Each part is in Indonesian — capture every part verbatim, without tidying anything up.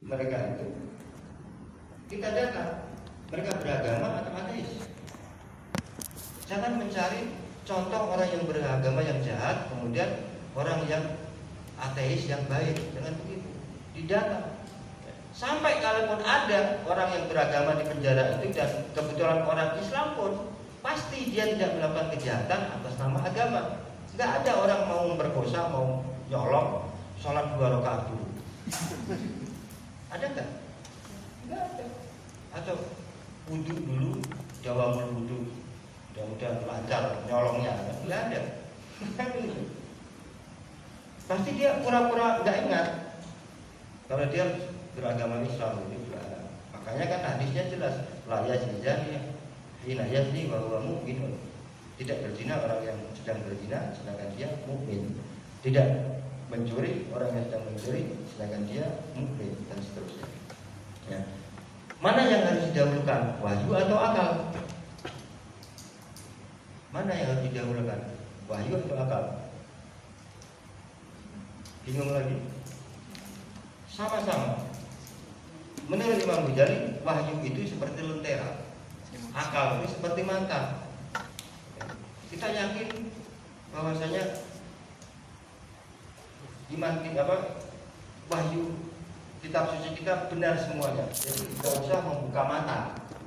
mereka itu kita data mereka beragama atau ateis. Jangan mencari contoh orang yang beragama yang jahat, kemudian orang yang ateis yang baik. Jangan begitu. Didata. Sampai kalaupun ada orang yang beragama di penjara itu dan kebetulan orang Islam pun, pasti dia tidak melakukan kejahatan atas nama agama. Nggak ada orang mau memperkosa, mau nyolong, sholat dua rakaat dulu. Ada nggak? Nggak ada. Atau wudhu dulu, jawab wudhu, mudah-mudahan lancar nyolongnya. Nggak ada. Pasti dia pura-pura nggak ingat kalau dia beragama Islam itu juga. Makanya kan hadisnya jelas, la yazni zani hina yazni wa huwa mu'min. Tidak berzina orang yang sedang berzina sedangkan dia mukmin. Tidak mencuri orang yang sedang mencuri sedangkan dia mukmin, dan seterusnya. Ya. Mana yang harus didahulukan, wahyu atau akal? Mana yang harus didahulukan, wahyu atau akal? Bingung lagi. Sama-sama. Menurut Imam Ghazali, wahyu itu seperti lentera, akal itu seperti mantan. Kita yakin bahwasanya iman kita apa, wahyu kitab suci kita benar semuanya. Jadi tidak usah membuka mata.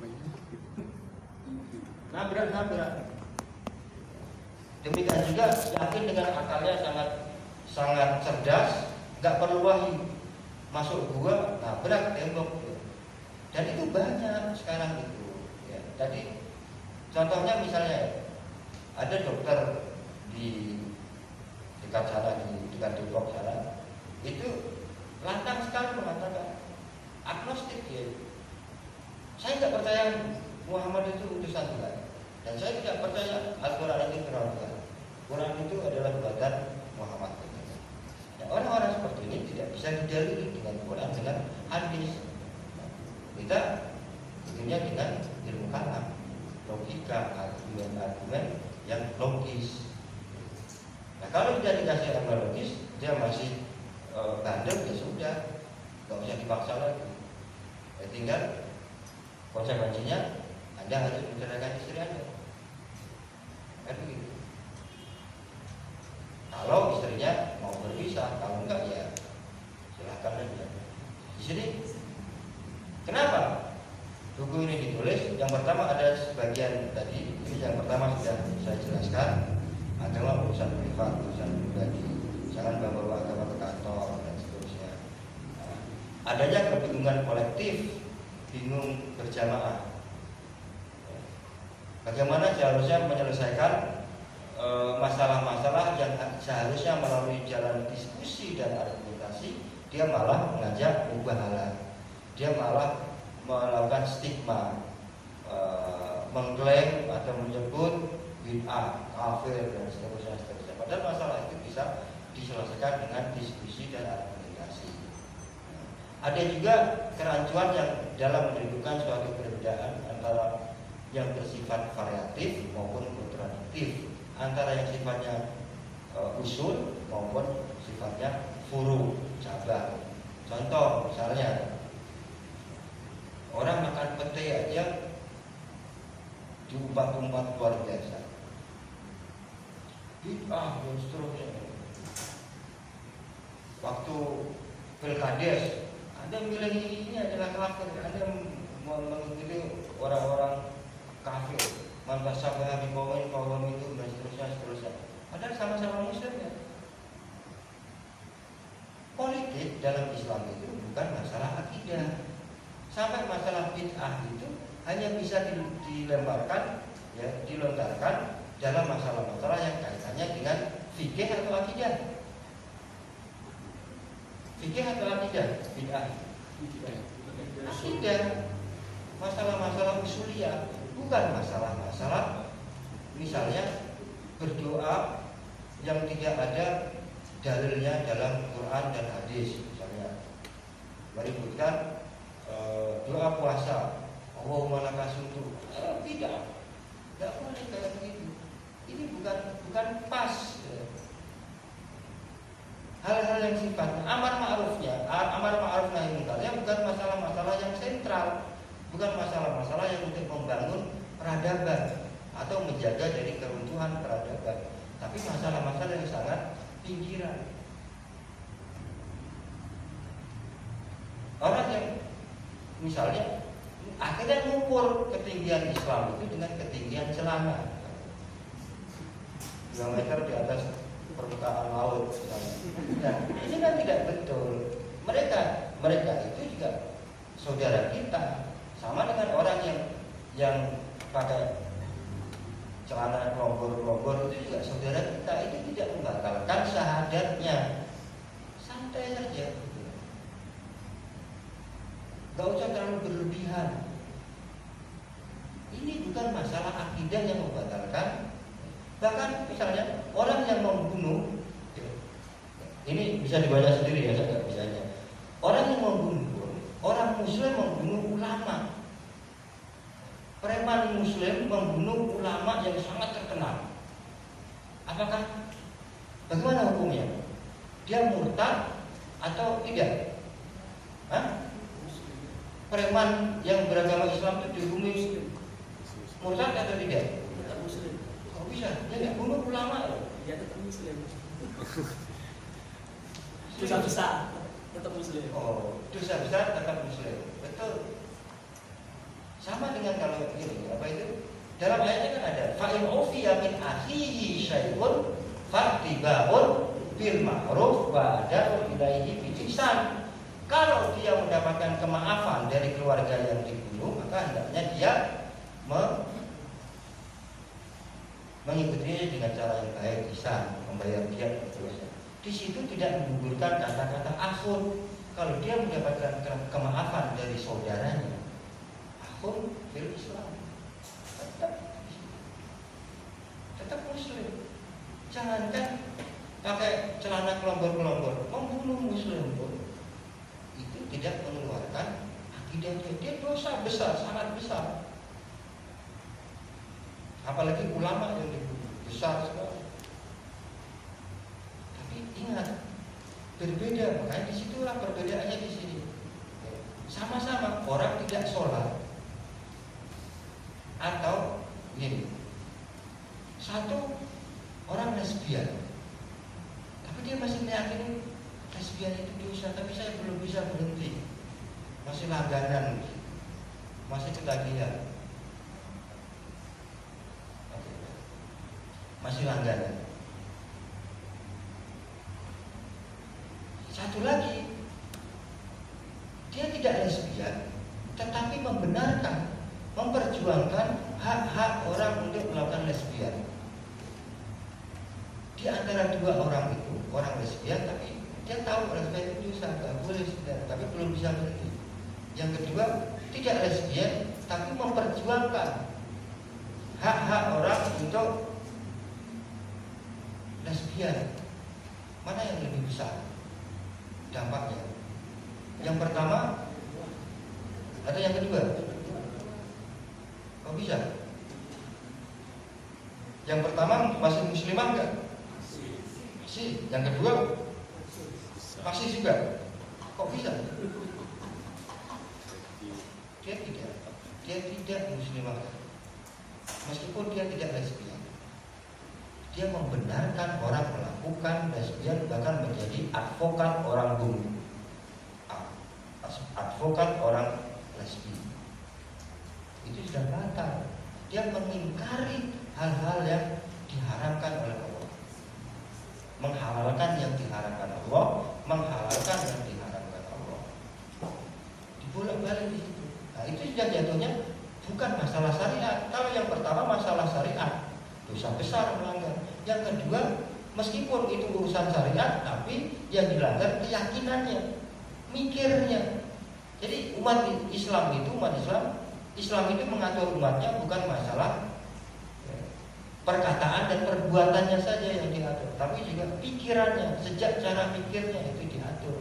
Nabrak-nabrak. Demikian juga yakin dengan akalnya sangat sangat cerdas, nggak perlu wahyu. Masuk gua, nabrak tembok. Dan itu banyak sekarang itu. Ya, tadi contohnya misalnya ada dokter di dekat sana, di dekat Depok sana, itu lantang sekali mengatakan agnostik ya. Saya tidak percaya Muhammad itu utusan Tuhan, dan saya tidak percaya Al-Quran itu firman Tuhan. Quran itu adalah buatan Muhammad. Orang-orang seperti ini tidak bisa didalili dengan Quran, dengan hadis. Kita tentunya dengan ilmu kalam, logika, argumen-argumen yang logis. Nah, kalau tidak dikasih argumen logis, dia masih e, bandel, ya sudah, nggak usah dipaksa lagi. Ya, tinggal konsekuensinya Anda harus menceraikan istri Anda. Kan begitu. Kalau istrinya mau berpisah, kalau enggak ya silahkan aja. Di sini kenapa buku ini ditulis? Yang pertama ada sebagian tadi, ini yang pertama sudah saya jelaskan, agama urusan privat, urusan pribadi, jangan bawa agama ke kantor dan seterusnya. Nah, adanya kebingungan kolektif, bingung berjamaah. Bagaimana seharusnya menyelesaikan masalah-masalah yang seharusnya melalui jalan diskusi dan argumentasi, dia malah mengajak mubahalah, dia malah melakukan stigma, e, mengklaim atau menyebut bid'ah, kafir dan seterusnya, seterusnya. Padahal masalah itu bisa diselesaikan dengan diskusi dan argumentasi. Ada juga kerancuan yang dalam menunjukkan suatu perbedaan antara yang bersifat variatif maupun kontradiktif, antara yang sifatnya uh, usul maupun sifatnya furu, cabang. Contoh misalnya orang makan pete aja diumpat-umpat luar biasa, bid'ah dan seterusnya. Waktu pilkades, Anda milih ini adalah kafir, Anda memilih orang-orang kafir, mantas sabah bikomin kaum itu dan seterusnya seterusnya. Padahal sama-sama muslim ya. Politik dalam Islam itu bukan masalah akidah. Sampai masalah bid'ah itu hanya bisa dilemparkan, ya, dilontarkan dalam masalah-masalah yang kaitannya dengan fikih atau akidah. Fikih atau akidah? Bid'ah. Akidah. Masalah-masalah usuliyah. Bukan masalah-masalah misalnya berdoa yang tidak ada dalilnya dalam Quran dan hadis. Misalnya menyebutkan e, doa puasa, Allahumma laka sumtu. Eh, tidak, tidak boleh kayak begitu. Ini bukan bukan pas. hal-hal yang sifatnya amar ma'rufnya, amar ma'ruf nahi mungkarnya bukan masalah-masalah yang sentral, bukan masalah-masalah yang untuk membangun peradaban atau menjaga dari keruntuhan peradaban, tapi masalah-masalah yang sangat pinggiran. Orang yang misalnya akhirnya mengukur ketinggian Islam itu dengan ketinggian celana dua meter di atas permukaan laut. Nah, ini kan tidak betul. Mereka mereka itu juga saudara kita, sama dengan orang yang yang pakai celana kelompor-kelompor itu juga saudara kita. Itu tidak membatalkan syahadatnya. Santai saja. Gak usah terlalu berlebihan. Ini bukan masalah akidah yang membatalkan. Bahkan misalnya orang yang membunuh, ini bisa dibaca sendiri ya, saya nggak bisanya. Orang yang membunuh, orang Muslim membunuh ulama, preman Muslim membunuh ulama yang sangat terkenal. Apakah bagaimana hukumnya? Dia murtad atau tidak? Hah? Preman yang beragama Islam itu dibunuh murtad atau tidak? Tetap Muslim. Kok bisa? Dia nggak bunuh ulama loh. Dia tetap Muslim. Dosa besar tetap Muslim. Oh, dosa besar tetap Muslim. Betul. Sama dengan kalau ini apa itu? Dalam ayatnya kan ada fa'in ufiya min akhihi syai'un fattibaun bil ma'ruf wa ada'u ilaihi bi ihsan. Kalau dia mendapatkan kemaafan dari keluarga yang dibunuh, maka hendaknya dia me- mengikutinya dengan cara yang baik, ihsan, membayar dia dan seterusnya. Di situ tidak menggugurkan kata-kata akhun. Kalau dia mendapatkan ke- kemaafan dari saudaranya, akhun bil Islam, tetap tetap Muslim. Jangankan pakai celana kelompor-kelompor, membunuh Muslim pun itu tidak mengeluarkan akidah dia. Dia dosa besar, sangat besar. Apalagi ulama yang dibunuh, besar sekali. Tapi ingat, berbeda. Makanya disitulah perbedaannya di sini. Sama-sama orang tidak sholat atau gini, satu orang lesbian, tapi dia masih meyakini lesbian itu dosa, tapi saya belum bisa berhenti, masih langganan, masih ketagihan, masih langganan. Satu lagi, dia tidak lesbian, tetapi membenarkan, memperjuangkan hak-hak orang untuk melakukan lesbian. Di antara dua orang itu, orang lesbian, tapi dia tahu lesbian itu dosa, nggak boleh, tapi belum bisa berhenti. Yang kedua, tidak lesbian, tapi memperjuangkan hak-hak orang untuk lesbian. Mana yang lebih besar dampaknya? Yang pertama atau yang kedua? Kok bisa? Yang pertama masih muslimah enggak? Masih. Yang kedua masih juga. Kok bisa? Dia tidak, dia tidak muslimah. Meskipun dia tidak lesbian, dia membenarkan orang melakukan lesbian, bahkan menjadi advokat orang bunuh, advokat orang lesbian. Itu sudah batal. Dia mengingkari hal-hal yang diharamkan oleh Allah, menghalalkan yang diharamkan Allah, menghalalkan yang diharamkan Allah. Dibolak-balik di situ. Nah, itu sudah jatuhnya bukan masalah syariat. Kalau yang pertama masalah syariat, dosa besar melanggar. Yang kedua, meskipun itu urusan syariat, tapi yang dilanggar keyakinannya, mikirnya. Jadi umat Islam itu, umat Islam, Islam itu mengatur umatnya bukan masalah perkataan dan perbuatannya saja yang diatur, tapi juga pikirannya, sejak cara pikirnya itu diatur.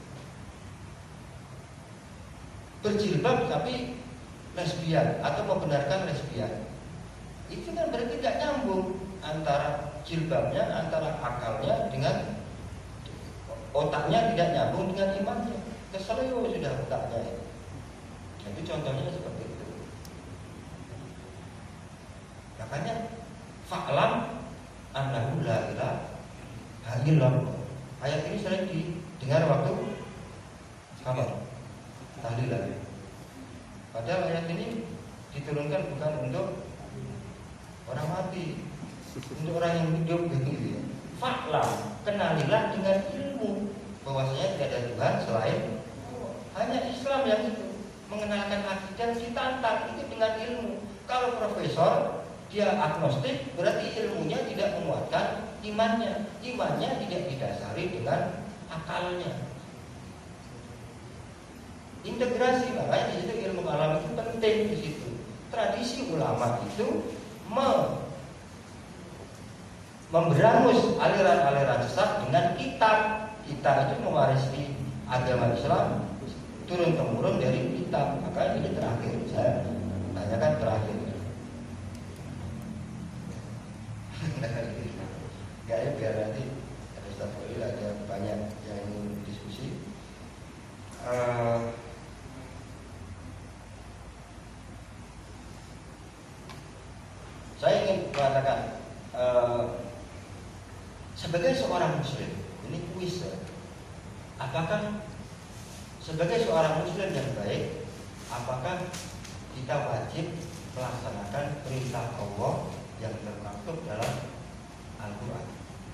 Berjilbab tapi lesbian atau membenarkan lesbian, itu kan berarti tidak nyambung antara jilbabnya, antara akalnya dengan otaknya tidak nyambung dengan imannya, keseleo sudah otaknya itu. Jadi contohnya seperti itu. Makanya fa'lam annahu la ilaha illallah. Ayat ini sering didengar waktu apa? Tahlilan. Padahal ayat ini diturunkan bukan untuk orang mati, untuk orang yang hidup begitu ya. Fa'lam, kenalilah dengan ilmu bahwasanya tidak ada Tuhan selain Allah. Hanya Islam yang itu mengenalkan akidah, ditantang itu dengan ilmu. Kalau profesor dia agnostik, berarti ilmunya tidak menguatkan imannya. Imannya tidak didasari dengan akalnya. Integrasi, makanya di situ ilmu alam itu penting di situ. Tradisi ulama itu me memberangus aliran-aliran sesat dengan kitab. Kita itu mewarisi agama Islam turun temurun dari kitab. Maka ini terakhir saya tanyakan terakhir. Kayaknya biar nanti ada Ustaz Wali ada banyak yang ingin diskusi. Uh, saya ingin mengatakan uh, sebagai seorang muslim, ini kuis ya. Apakah sebagai seorang muslim yang baik, apakah kita wajib melaksanakan perintah Allah yang termaktub dalam Al-Quran?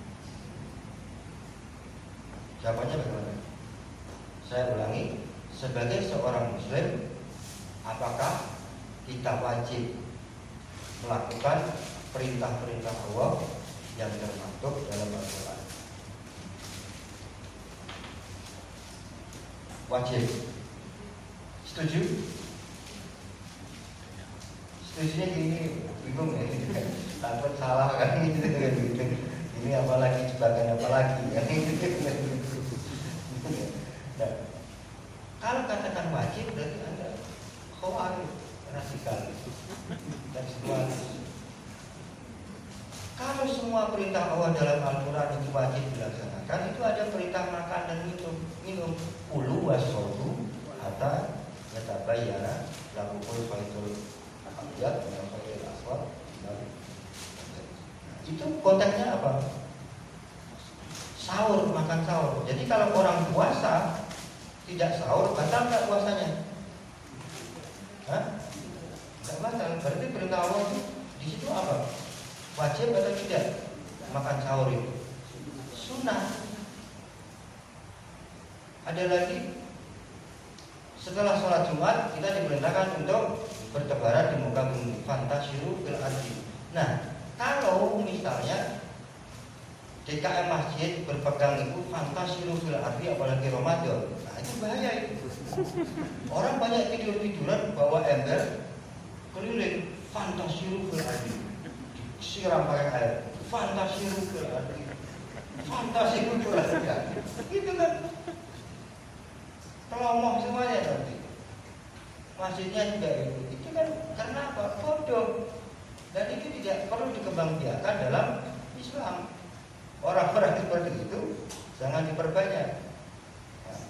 Jawabannya bagaimana? Saya ulangi, sebagai seorang muslim, apakah kita wajib melakukan perintah-perintah Allah yang termaktub dalam Al-Quran? Wajib. Setuju? Setujunya gini, bingung ya, takut salah kan gitu. Ini apalagi jebakan apalagi kan gitu. Nah, kalau katakan wajib berarti Anda khawarij, radikal dan semua. Kalau semua perintah Allah dalam Al-Quran itu wajib dilaksanakan, itu ada perintah makan dan minum. Minum kulu wasrobu hatta yatabayyana lakumul khaytul abyad minal khaytil aswad. Itu konteksnya apa? Sahur, makan sahur. Jadi kalau orang puasa tidak sahur, batal nggak puasanya? Hah? Nggak batal. Berarti perintah Allah itu di situ apa? Wajib atau tidak makan sahur itu? Sunnah. Ada lagi, setelah sholat Jumat kita diperintahkan untuk bertebaran di muka bumi, fantasiru fil ardi. Nah, kalau misalnya D K M masjid berpegang itu fantasiru fil ardi, apalagi Ramadan, nah itu bahaya itu. Orang banyak tidur-tiduran bawa ember keliling, fantasiru fil ardi, siram pakai air, fantasiru fil ardi, fantasiru fil ardi, gitu kan? Kelomong semuanya nanti. Masjidnya juga itu. Itu kan karena apa? Bodoh. Dan itu tidak perlu dikembangbiakan dalam Islam. Orang-orang seperti itu jangan diperbanyak. Nah,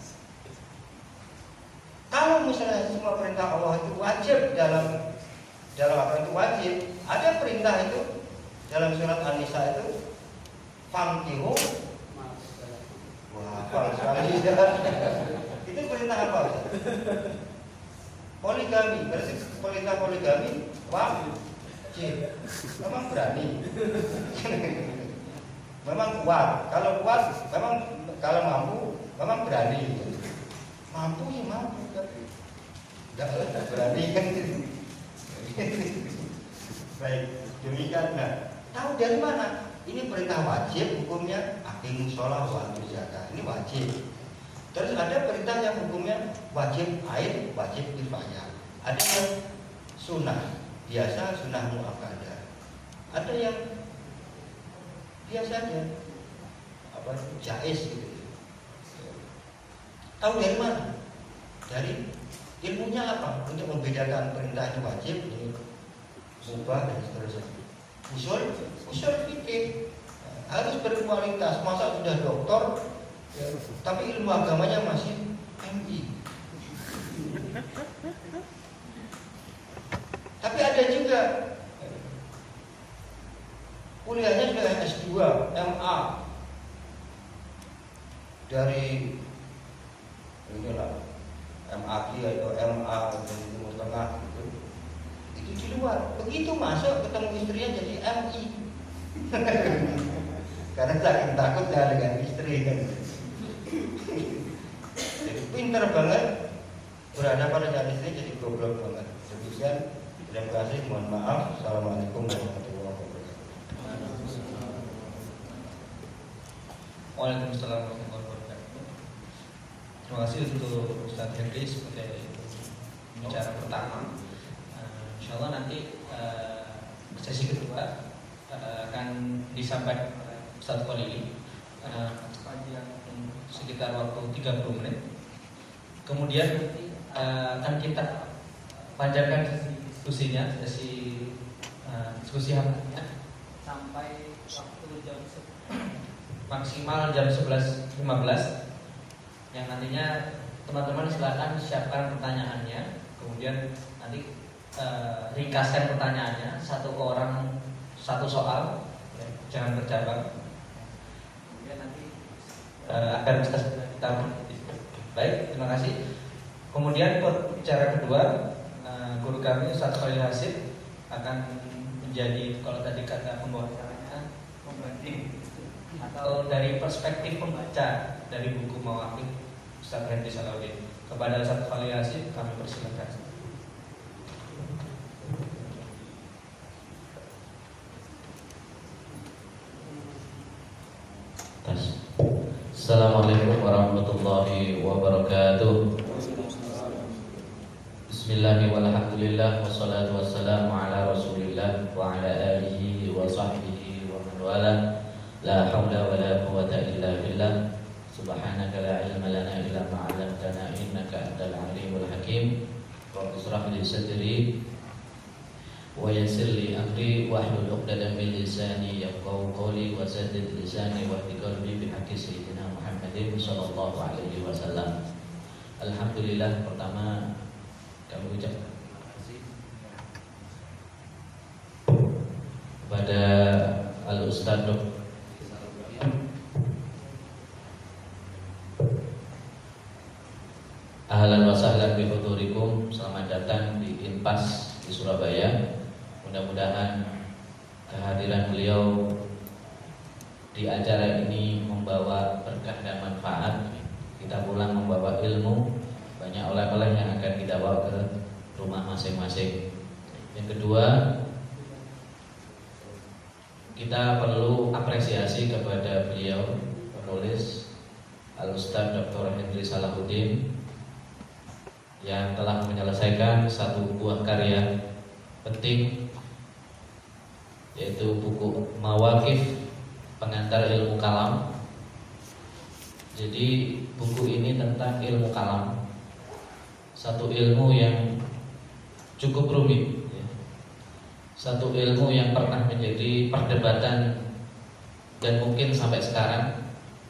kalau misalnya semua perintah Allah itu wajib dalam dalam apa itu wajib, ada perintah itu dalam surat An-Nisa itu famtihu. Wah, hafal sekali. Itu perintah apa? Poligami, berarti perintah poligami wajib. Memang berani. Memang kuat. Kalau kuat, memang kalau mampu, memang berani. Mampu ya mampu, tapi enggak berani kan gitu. Baik, demikian. Nah, tahu dari mana? Ini perintah wajib, hukumnya aqimus shalah wa atuz zakah. Ini wajib. Terus ada perintah yang hukumnya wajib ain, wajib kifayah. Ada yang sunnah biasa, sunnah muakkadah. Ada yang biasanya apa jaiz gitu. Tahu dari mana? Dari ilmunya apa? Untuk membedakan perintah itu wajib, ini mubah dan seterusnya. Usul, usul fikih harus berkualitas. Masa sudah doktor ya, tapi ilmu agamanya masih M I. Tapi ada juga kuliahnya sudah S dua, M A dari inilah M A G atau M A di Timur Tengah gitu. Itu di luar. Begitu masuk ketemu istrinya jadi M I. Karena saking takutnya dengan istri kan. Jadi pinter banget berhadapan dengan istri jadi goblok banget. Demikian. Terima kasih, mohon maaf. Assalamualaikum warahmatullahi wabarakatuh. Waalaikumsalam warahmatullahi wabarakatuh. Terima kasih untuk Ustaz Henry sebagai pembicara pertama. Uh, Insya Allah nanti uh, sesi kedua uh, akan disampaikan oleh Ustaz Khalili uh, panjang sekitar waktu tiga puluh menit. Kemudian uh, akan kita panjangkan diskusinya, sesi uh, diskusi hangatnya sampai waktu jam maksimal jam sebelas lima belas, yang nantinya teman-teman silakan siapkan pertanyaannya, kemudian nanti uh, ringkaskan pertanyaannya, satu orang satu soal, ya, jangan bercabang, kemudian nanti uh, akan kita kita baik, terima kasih. Kemudian pembicara kedua, guru kami Ustaz Khalil Hasib akan menjadi, kalau tadi kata pembawa acaranya, pembanding atau dari perspektif pembaca dari buku Mawaqif Ustaz Henry Salahuddin. Kepada Ustaz Khalil Hasib kami persilakan. Assalamualaikum warahmatullahi wabarakatuh. Bismillahirrahmanirrahim, walhamdulillah, wassalatu wassalamu ala rasulillah wa ala alihi wa sahbihi wa man wala. La hawla wa la quwata illa billah. Subhanaka la ilma lana illa ma 'allamtana innaka antal alimul hakim. Rabbi shrah li sadri wa yassir li amri wahlul 'uqdatam min lisani yafqahu qawli wa saddid lisani wa hdi qalbi bi haqqi sayyidina Muhammadin sallallahu alaihi wasallam. Alhamdulillah, pertama kami ucapkan terima kasih kepada Al-Ustaz Doktor Ahlan wa sahlan bi hudurikum. Selamat datang di Inpas di Surabaya. Mudah-mudahan kehadiran beliau di acara ini membawa berkah dan manfaat. Kita pulang membawa ilmu, banyak oleh-oleh yang akan kita bawa ke rumah masing-masing. Yang kedua, kita perlu apresiasi kepada beliau, penulis Al-Ustaz Doktor Henry Salahuddin, yang telah menyelesaikan satu buah karya penting, yaitu buku Mawaqif Pengantar Ilmu Kalam. Jadi buku ini tentang ilmu kalam, satu ilmu yang cukup rumit, ya. Satu ilmu yang pernah menjadi perdebatan dan mungkin sampai sekarang.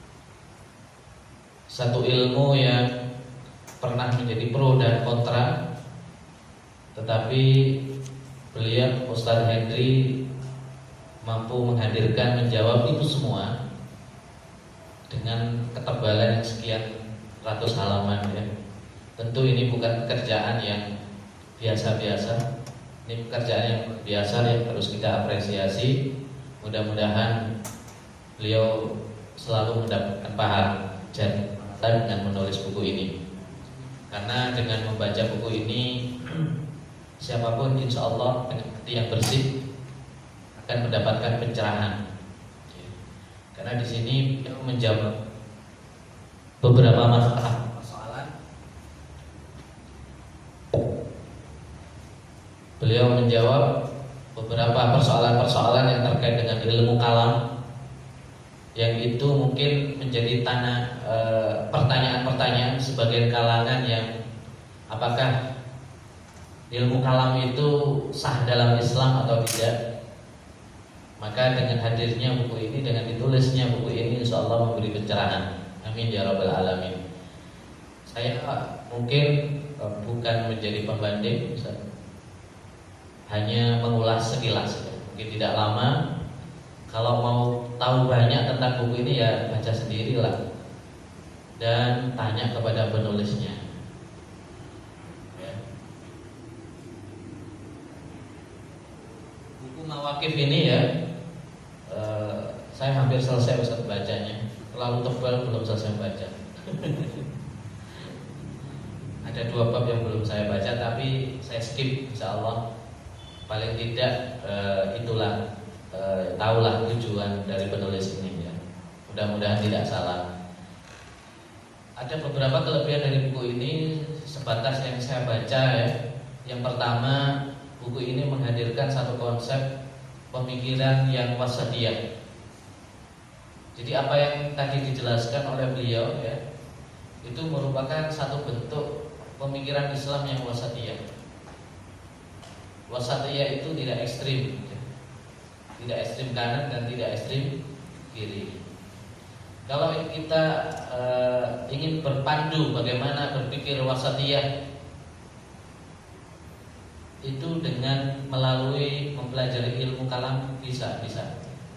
Satu ilmu yang pernah menjadi pro dan kontra, tetapi beliau Ustaz Henry mampu menghadirkan, menjawab itu semua dengan ketebalan yang sekian ratus halaman, ya. Tentu ini bukan pekerjaan yang biasa-biasa. Ini pekerjaan yang biasa yang harus kita apresiasi. Mudah-mudahan beliau selalu mendapatkan pahala dengan menulis buku ini. Karena dengan membaca buku ini, siapapun insya Allah dengan hati yang bersih akan mendapatkan pencerahan. Karena di sini menjawab beberapa masalah persoalan. Beliau menjawab beberapa persoalan-persoalan yang terkait dengan ilmu kalam, yang itu mungkin menjadi tanah e, pertanyaan-pertanyaan sebagian kalangan yang apakah ilmu kalam itu sah dalam Islam atau tidak. Maka dengan hadirnya buku ini, dengan ditulisnya buku ini, insya Allah memberi pencerahan. Amin ya rabbal alamin. Saya mungkin uh, bukan menjadi pembanding, Ustaz. Hanya mengulas sekilas, ya. Mungkin tidak lama. Kalau mau tahu banyak tentang buku ini ya baca sendirilah dan tanya kepada penulisnya. Ya. Buku Mawaqif ini ya, uh, saya hampir selesai Ustaz bacanya. Terlalu tebal, belum selesai baca. Ada dua bab yang belum saya baca, tapi saya skip, insya Allah. Paling tidak uh, itulah uh, tahulah tujuan dari penulis ini ya. Mudah-mudahan tidak salah. Ada beberapa kelebihan dari buku ini sebatas yang saya baca ya. Yang pertama, buku ini menghadirkan satu konsep pemikiran yang wasatiyah. Jadi apa yang tadi dijelaskan oleh beliau ya, itu merupakan satu bentuk pemikiran Islam yang wasatiyah. Wasatiyah itu tidak ekstrim, tidak ekstrim kanan dan tidak ekstrim kiri. Kalau kita e, ingin berpandu bagaimana berpikir wasatiyah, itu dengan melalui mempelajari ilmu kalam bisa, bisa.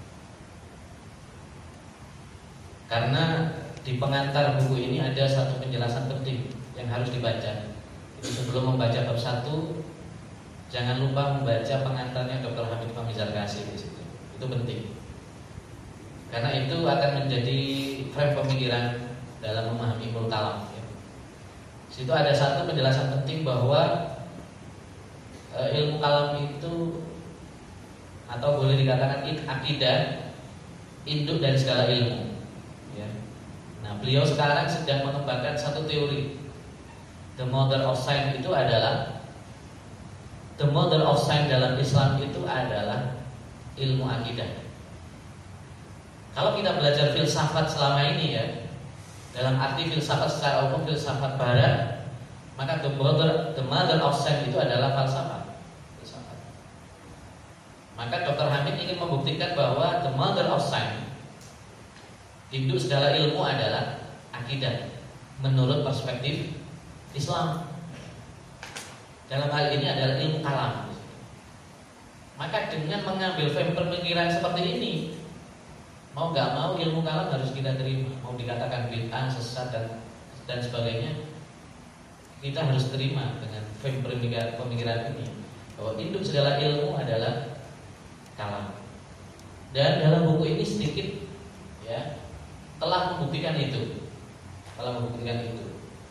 Karena di pengantar buku ini ada satu penjelasan penting yang harus dibaca. Jadi sebelum membaca bab satu, jangan lupa membaca pengantarnya doktor Hamid Fahmi Zarkasi di situ. Itu penting. Karena itu akan menjadi frame pemikiran dalam memahami ilmu kalam. Ya. Di situ ada satu penjelasan penting bahwa e, ilmu kalam itu atau boleh dikatakan akidah induk dari segala ilmu. Ya. Nah, beliau sekarang sedang mengembangkan satu teori. The mother of science itu adalah The mother of science dalam Islam itu adalah ilmu akidah. Kalau kita belajar filsafat selama ini ya, dalam arti filsafat secara umum, filsafat barat, maka the mother, the mother of science itu adalah falsafah. Filsafat. Maka doktor Hamid ingin membuktikan bahwa the mother of science, induk segala ilmu adalah akidah menurut perspektif Islam. Dalam hal ini adalah ilmu kalam. Maka dengan mengambil frame pemikiran seperti ini, mau nggak mau ilmu kalam harus kita terima. Mau dikatakan bid'ah, sesat dan dan sebagainya, kita harus terima dengan frame pemikiran, pemikiran ini bahwa induk segala ilmu adalah kalam. Dan dalam buku ini sedikit ya telah membuktikan itu, telah membuktikan itu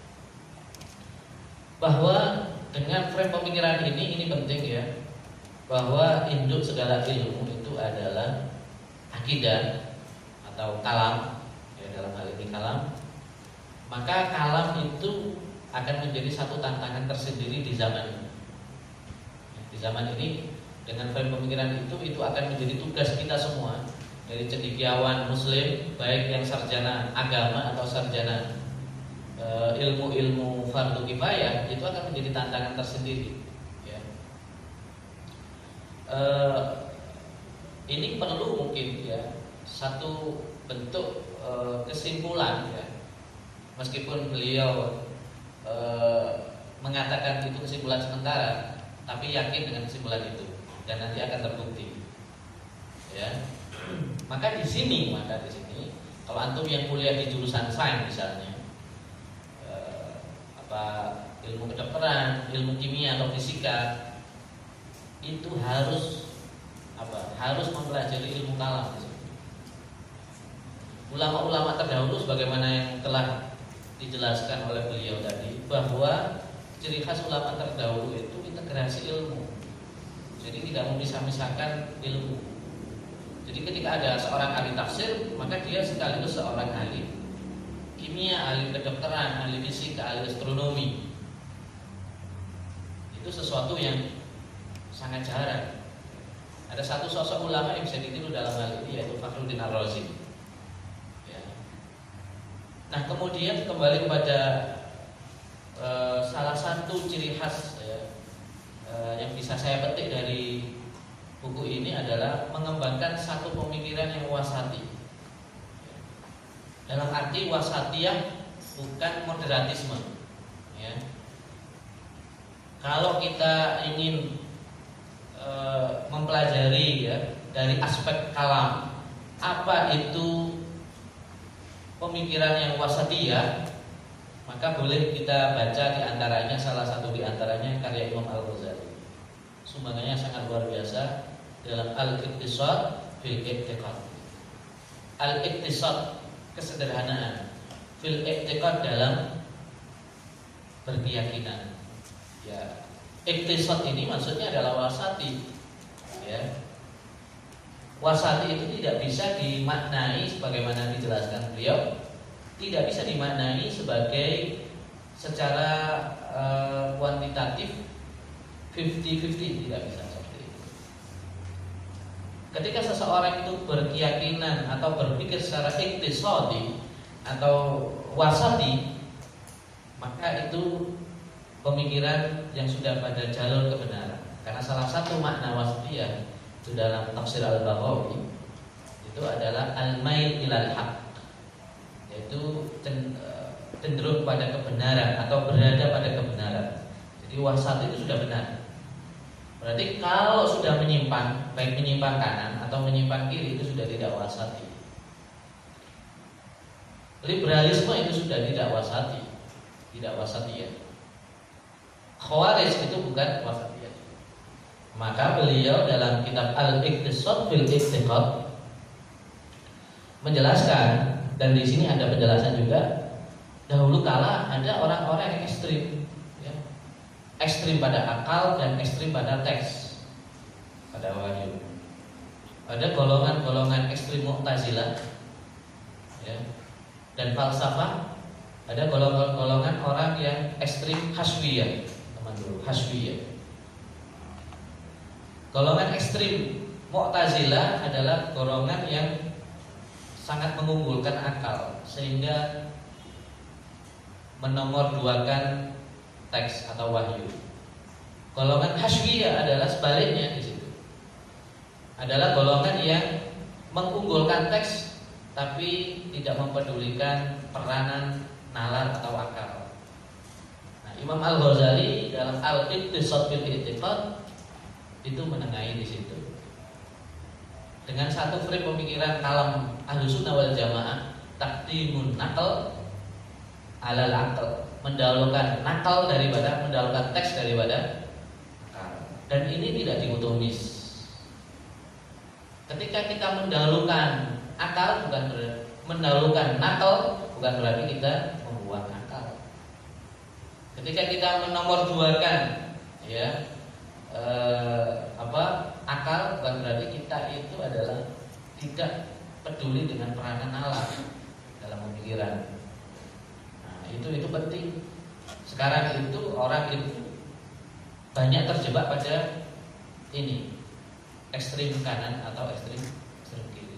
bahwa dengan frame pemikiran ini, ini penting ya, bahwa induk segala ilmu itu adalah akidah atau kalam, ya dalam hal ini kalam. Maka kalam itu akan menjadi satu tantangan tersendiri di zaman ini. Di zaman ini dengan frame pemikiran itu, itu akan menjadi tugas kita semua, dari cendekiawan Muslim, baik yang sarjana agama atau sarjana ilmu-ilmu fardu kifayah, itu akan menjadi tantangan tersendiri ya. E, ini perlu mungkin ya satu bentuk e, kesimpulan ya, meskipun beliau e, mengatakan itu kesimpulan sementara, tapi yakin dengan kesimpulan itu dan nanti akan terbukti ya. Maka di sini, maka di sini kalau antum yang kuliah di jurusan sains misalnya, ilmu kedokteran, ilmu kimia atau fisika, itu harus apa? Harus mempelajari ilmu kalam. Ulama-ulama terdahulu sebagaimana yang telah dijelaskan oleh beliau tadi, bahwa ciri khas ulama terdahulu itu integrasi ilmu. Jadi tidak memisah-misahkan ilmu. Jadi ketika ada seorang ahli tafsir, maka dia sekaligus seorang ahli kimia, ahli kedokteran, ahli fisika, ahli astronomi. Itu sesuatu yang sangat jarang. Ada satu sosok ulama yang bisa ditiru dalam hal ini, yaitu Fakhruddin Ar-Razi ya. Nah kemudian kembali kepada e, salah satu ciri khas ya, e, yang bisa saya petik dari buku ini adalah mengembangkan satu pemikiran yang wasati. Dalam arti wasatiyah bukan moderatisme. Ya. Kalau kita ingin e, mempelajari ya dari aspek kalam, apa itu pemikiran yang wasatiyah, maka boleh kita baca di antaranya, salah satu di antaranya karya Imam Al-Ghazali. Sumbangannya sangat luar biasa dalam Al-Iqtisad fil I'tiqad. Al-Iqtisad, kesederhanaan, fil I'tiqad, dalam berkeyakinan. Ya, Iqtisad ini maksudnya adalah wasati. Ya. Wasati itu tidak bisa dimaknai sebagaimana dijelaskan beliau, tidak bisa dimaknai sebagai secara uh, kuantitatif fifty fifty, tidak bisa seperti itu. Ketika seseorang itu berkeyakinan atau berpikir secara iktisadi atau wasati, maka itu pemikiran yang sudah pada jalur kebenaran. Karena salah satu makna wasatiyah itu dalam tafsir Al-Baghawi itu adalah al-mail ilal haq, yaitu cenderung pada kebenaran atau berada pada kebenaran. Jadi wasat itu sudah benar. Berarti kalau sudah menyimpang, baik menyimpang kanan atau menyimpang kiri, itu sudah tidak wasati. Liberalisme itu sudah tidak wasati, tidak wasatiyah. Khawarij itu bukan wasatiyah. Maka beliau dalam kitab Al-Iqtisad fil I'tiqad menjelaskan, dan di sini ada penjelasan juga. Dahulu kala ada orang-orang yang ekstrim, ya. Ekstrim pada akal dan ekstrim pada teks, pada wahyu. Ada golongan-golongan ekstrim Mu'tazilah, ya, dan falsafah. Ada golongan-golongan orang yang ekstrim Hashwiyah, teman dulu, Hashwiyah. Golongan ekstrim Mu'tazilah adalah golongan yang sangat mengunggulkan akal sehingga menomorduakan teks atau wahyu. Golongan Hashwiyah adalah sebaliknya di situ. Adalah golongan yang mengunggulkan teks tapi tidak mempedulikan peranan nalar atau akal. Nah, Imam Al-Ghazali dalam Al-Iqtisad fil I'tiqad itu menengahi di situ. Dengan satu frame pemikiran kalam Ahlussunnah wal Jamaah, taqdimun naql alal aql, mendahulukan nakal daripada mendahulukan teks daripada akal. Dan ini tidak dikotomis. Ketika kita mendahulukan akal bukan berarti mendahulukan nakal, bukan berarti kita membuang akal. Ketika kita menomorduakan ya eh, apa akal, bukan berarti kita itu adalah tidak peduli dengan peranan nalar dalam pemikiran. Nah, itu itu penting. Sekarang itu orang itu banyak terjebak pada ini, ekstrim kanan atau ekstrim ekstrim kiri.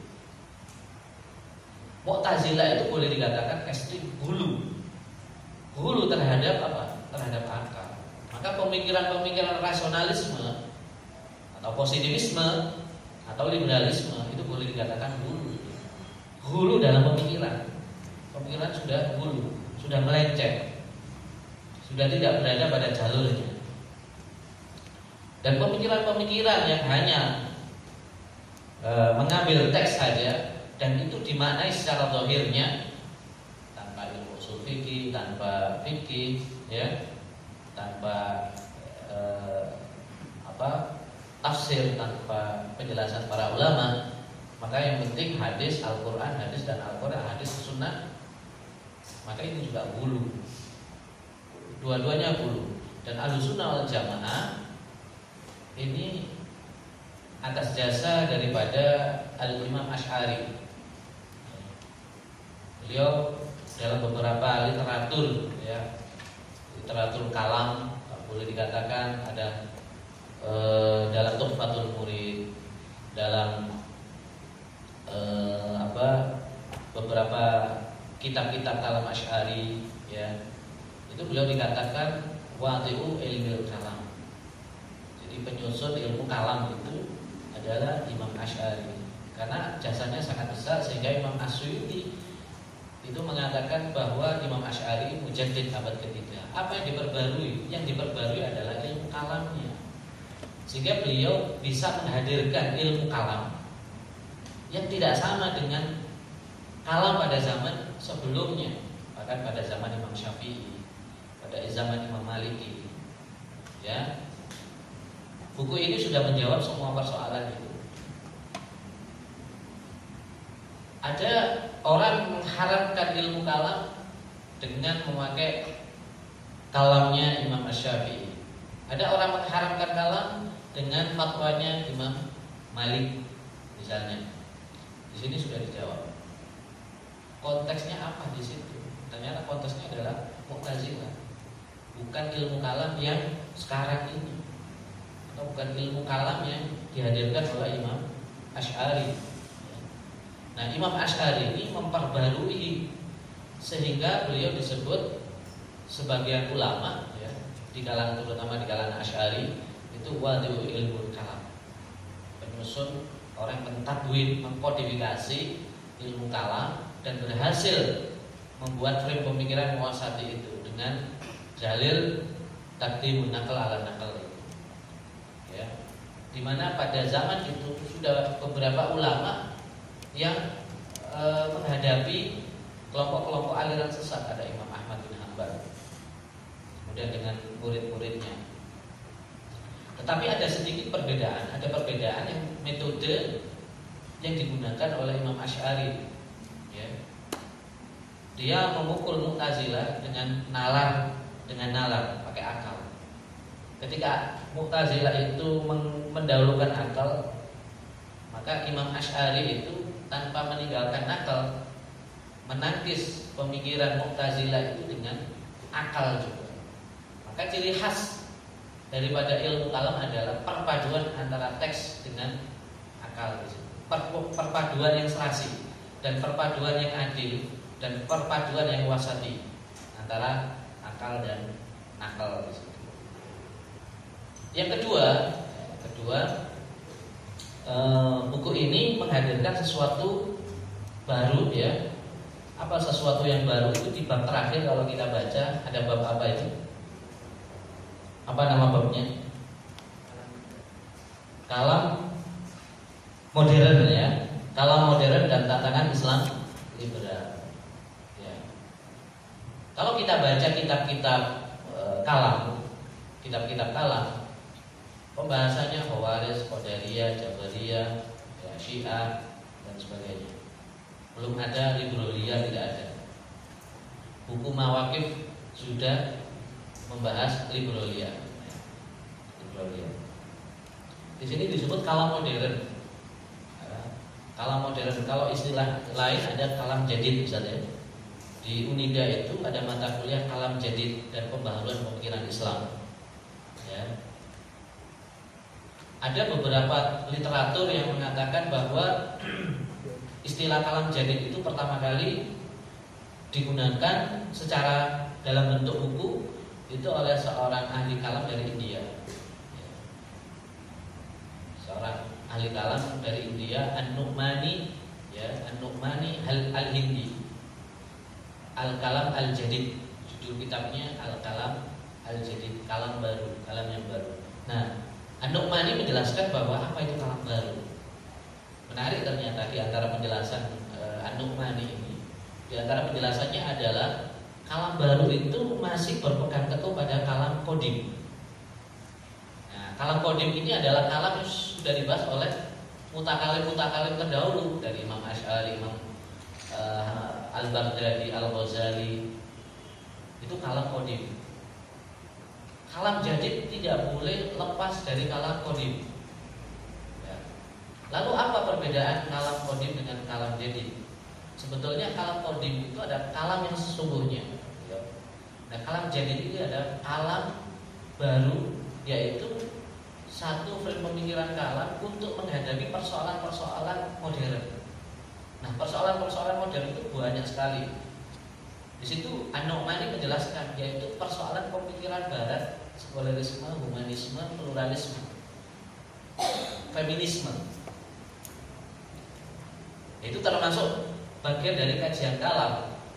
Mu'tazilah itu boleh dikatakan ekstrim hulu, hulu terhadap apa? Terhadap akal. Maka pemikiran-pemikiran rasionalisme atau positivisme atau liberalisme itu boleh dikatakan hulu. Hulu dalam pemikiran. Pemikiran sudah hulu, sudah melenceng, sudah tidak berada pada jalurnya. Dan pemikiran-pemikiran yang hanya e, mengambil teks saja dan itu dimaknai secara zahirnya tanpa ilmu usul fikih, tanpa fikih, ya, tanpa e, apa tafsir, tanpa penjelasan para ulama, maka yang penting hadis Al-Quran, hadis dan Al-Quran, hadis sunnah, maka ini juga hulu. Dua-duanya hulu. Dan Ahlussunnah wal Jamaah ini atas jasa daripada Al-Imam Asy'ari. Beliau dalam beberapa literatur, ya, literatur kalam, boleh dikatakan ada e, dalam Tuhfatul Murid, dalam e, apa beberapa kitab-kitab kalam Asy'ari, ya, itu beliau dikatakan wadi'u ilmil kalam. Jadi penyusun ilmu kalam itu adalah Imam Asy'ari, karena jasanya sangat besar sehingga Imam Asy'ari itu mengatakan bahwa Imam Asy'ari mujaddid abad ketiga. Apa yang diperbarui? Yang diperbarui adalah ilmu kalamnya. Sehingga beliau bisa menghadirkan ilmu kalam yang tidak sama dengan kalam pada zaman sebelumnya, bahkan pada zaman Imam Syafi'i, pada zaman Imam Maliki. Ya. Buku ini sudah menjawab semua persoalan itu. Ada orang mengharapkan ilmu kalam dengan memakai kalamnya Imam Asy-Syafi'i. Ada orang mengharapkan kalam dengan fatwanya Imam Malik misalnya. Di sini sudah dijawab. Konteksnya apa di situ? Ternyata konteksnya adalah Mu'tazilah. Bukan ilmu kalam yang sekarang ini, atau bukan ilmu kalam yang dihadirkan oleh Imam Asy'ari. Nah, Imam Asy'ari ini memperbarui sehingga beliau disebut sebagian ulama ya, di kalangan terutama di kalangan Asy'ari itu wadi'u ilmu kalam. Penyusun orang mentadwin, mengkodifikasi ilmu kalam dan berhasil membuat frame pemikiran muwasati itu dengan dalil taqdimun naql ala naql itu. Ya. Di mana pada zaman itu sudah beberapa ulama yang e, menghadapi kelompok-kelompok aliran sesat. Ada Imam Ahmad bin Hanbal, kemudian dengan murid-muridnya. Tetapi ada sedikit perbedaan. Ada perbedaan yang metode yang digunakan oleh Imam Asy'ari. Ya. Dia memukul Mu'tazilah dengan nalar, dengan nalar pakai akal. Ketika Mu'tazilah itu mendahulukan akal, maka Imam Asy'ari itu tanpa meninggalkan akal menangkis pemikiran Mu'tazilah itu dengan akal juga. Maka ciri khas daripada ilmu kalam adalah perpaduan antara teks dengan akal. Perpaduan yang serasi dan perpaduan yang adil dan perpaduan yang wasati antara akal dan nakal. Yang kedua, kedua Uh, buku ini menghadirkan sesuatu baru ya. Apa sesuatu yang baru itu di bab terakhir kalau kita baca ada bab apa itu? Apa nama babnya? Kalam modern ya. Kalam modern dan tatanan Islam liberal. Ya. Kalau kita baca kitab-kitab uh, kalam, kitab-kitab kalam, pembahasannya Khawarij, Qadariyah, Jabariyah, ya, Syiah dan sebagainya. Belum ada Libroliyah, tidak ada. Buku Mawaqif sudah membahas Libroliyah. Libroliyah. Di sini disebut kalam modern. Kalam modern. Kalau istilah lain ada kalam jadid misalnya. Di Unida itu ada mata kuliah kalam jadid dan pembaharuan pemikiran Islam. Ya. Ada beberapa literatur yang mengatakan bahwa istilah kalam jadid itu pertama kali digunakan secara dalam bentuk buku itu oleh seorang ahli kalam dari India. Seorang ahli kalam dari India, An-Nu'mani, ya, An-Nu'mani Al-Hindi, Al-Kalam Al-Jadid. Judul kitabnya Al-Kalam Al-Jadid, kalam baru, kalam yang baru. Nah, An-Nu'mani menjelaskan bahwa apa itu kalam baru. Menarik ternyata di antara penjelasan uh, An-Nu'mani ini. Di antara penjelasannya adalah kalam baru itu masih berpegang teguh pada kalam kodim. Nah, kalam kodim ini adalah kalam yang sudah dibahas oleh mutakalim-mutakalim terdahulu dari Imam Asy'ari, Imam uh, Al-Baghdadi, Al-Ghazali. Itu kalam kodim. Kalam jadid tidak boleh lepas dari kalam kodim. Ya. Lalu apa perbedaan kalam kodim dengan kalam jadid? Sebetulnya kalam kodim itu ada kalam yang sesungguhnya. Ya. Nah, kalam jadid itu ada kalam baru, yaitu satu frame pemikiran kalam untuk menghadapi persoalan-persoalan modern. Nah, persoalan-persoalan modern itu banyak sekali. Di situ An-Nu'mani menjelaskan yaitu persoalan pemikiran barat, sekularisme, humanisme, pluralisme, feminisme. Itu termasuk bagian dari kajian kalam.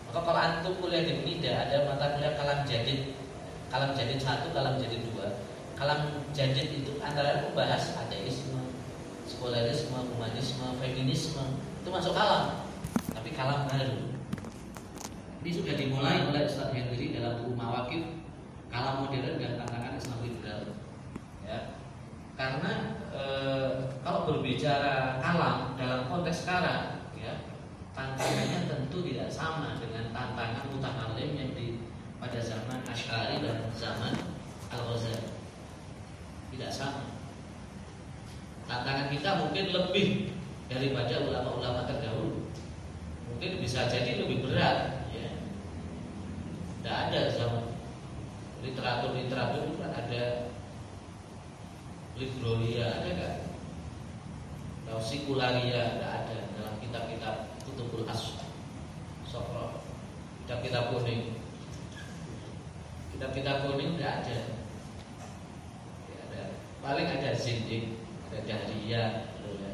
Maka kalau antum kuliah di Unida ada mata kuliah kalam jadid, kalam jadid satu, kalam jadid dua. Kalam jadid itu antara membahas ateisme, sekularisme, humanisme, feminisme, itu masuk kalam. Tapi kalam baru. Ini sudah dimulai oleh Ustaz Henry dalam buku Mawaqif Kalam Modern dan Tantangan Islam Liberal. Ya. Karena e, kalau berbicara kalam dalam konteks sekarang, ya, tantangannya tentu tidak sama dengan tantangan mutakallim yang di pada zaman Asy'ari dan zaman Al-Ghazali. Tidak sama. Tantangan kita mungkin lebih daripada ulama-ulama terdahulu. Mungkin bisa jadi lebih berat, ya. Tidak ada zaman literatur-literatur itu kan ada Librolia ada kan? Atau Sikularia tidak ada dalam kitab-kitab Kutubul As-Sofra, kitab-kitab kuning. Kitab-kitab kuning tidak ada. Tidak ada. Paling ada Zindik, ada Dahriyah, ya.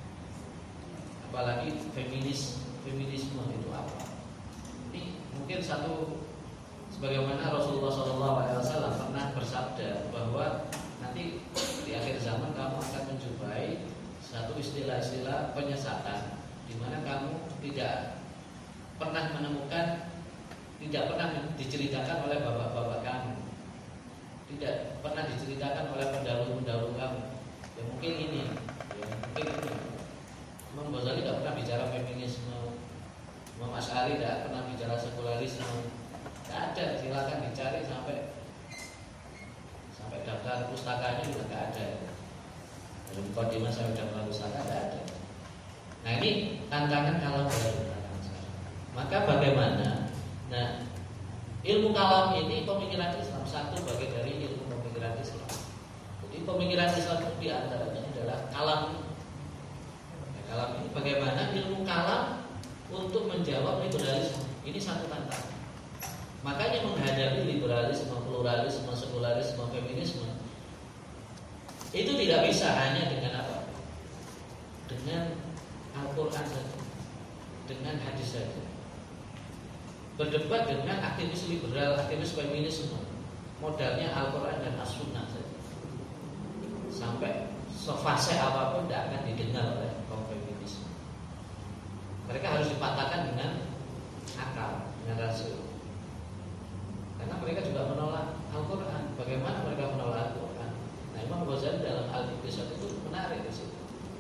Apalagi feminis, feminisme itu apa? Ini mungkin satu, sebagaimana Rasulullah shallallahu alaihi wasallam pernah bersabda bahwa nanti di akhir zaman kamu akan menjumpai satu istilah-istilah penyesatan di mana kamu tidak pernah menemukan, tidak pernah diceritakan oleh bapak-bapak kamu, tidak pernah diceritakan oleh pendahulu-pendahulu kamu. Ya mungkin ini, ya mungkin ini. Imam Ghazali tidak pernah bicara feminisme, Imam Asy'ari tidak pernah bicara sekularisme. Tidak ada, silakan dicari sampai sampai daftar pustakanya juga tidak ada. Dari Muqaddimah sampai daftar pustaka tidak ada. Nah ini tantangan kalam baru. Maka bagaimana? Nah ilmu kalam ini pemikiran Islam, satu bagian dari ilmu pemikiran Islam. Jadi pemikiran Islam itu diantaranya adalah kalam. Nah, kalam ini bagaimana ilmu kalam untuk menjawab liberalisme. Ini satu tantangan. Makanya menghadapi liberalisme, pluralisme, sekularisme, feminisme itu tidak bisa hanya dengan apa? Dengan Al-Quran saja, dengan hadis saja. Berdebat dengan aktivis liberal, aktivis feminisme, modalnya Al-Quran dan As-Sunnah saja. Sampai sefase apapun tidak akan didengar oleh kaum feminisme. Mereka harus dipatahkan dengan akal, dengan rasio. Karena mereka juga menolak Al-Quran. Bagaimana mereka menolak Al-Quran? Nah, Imam Ghazali dalam Al-Iqtisad itu menarik di situ.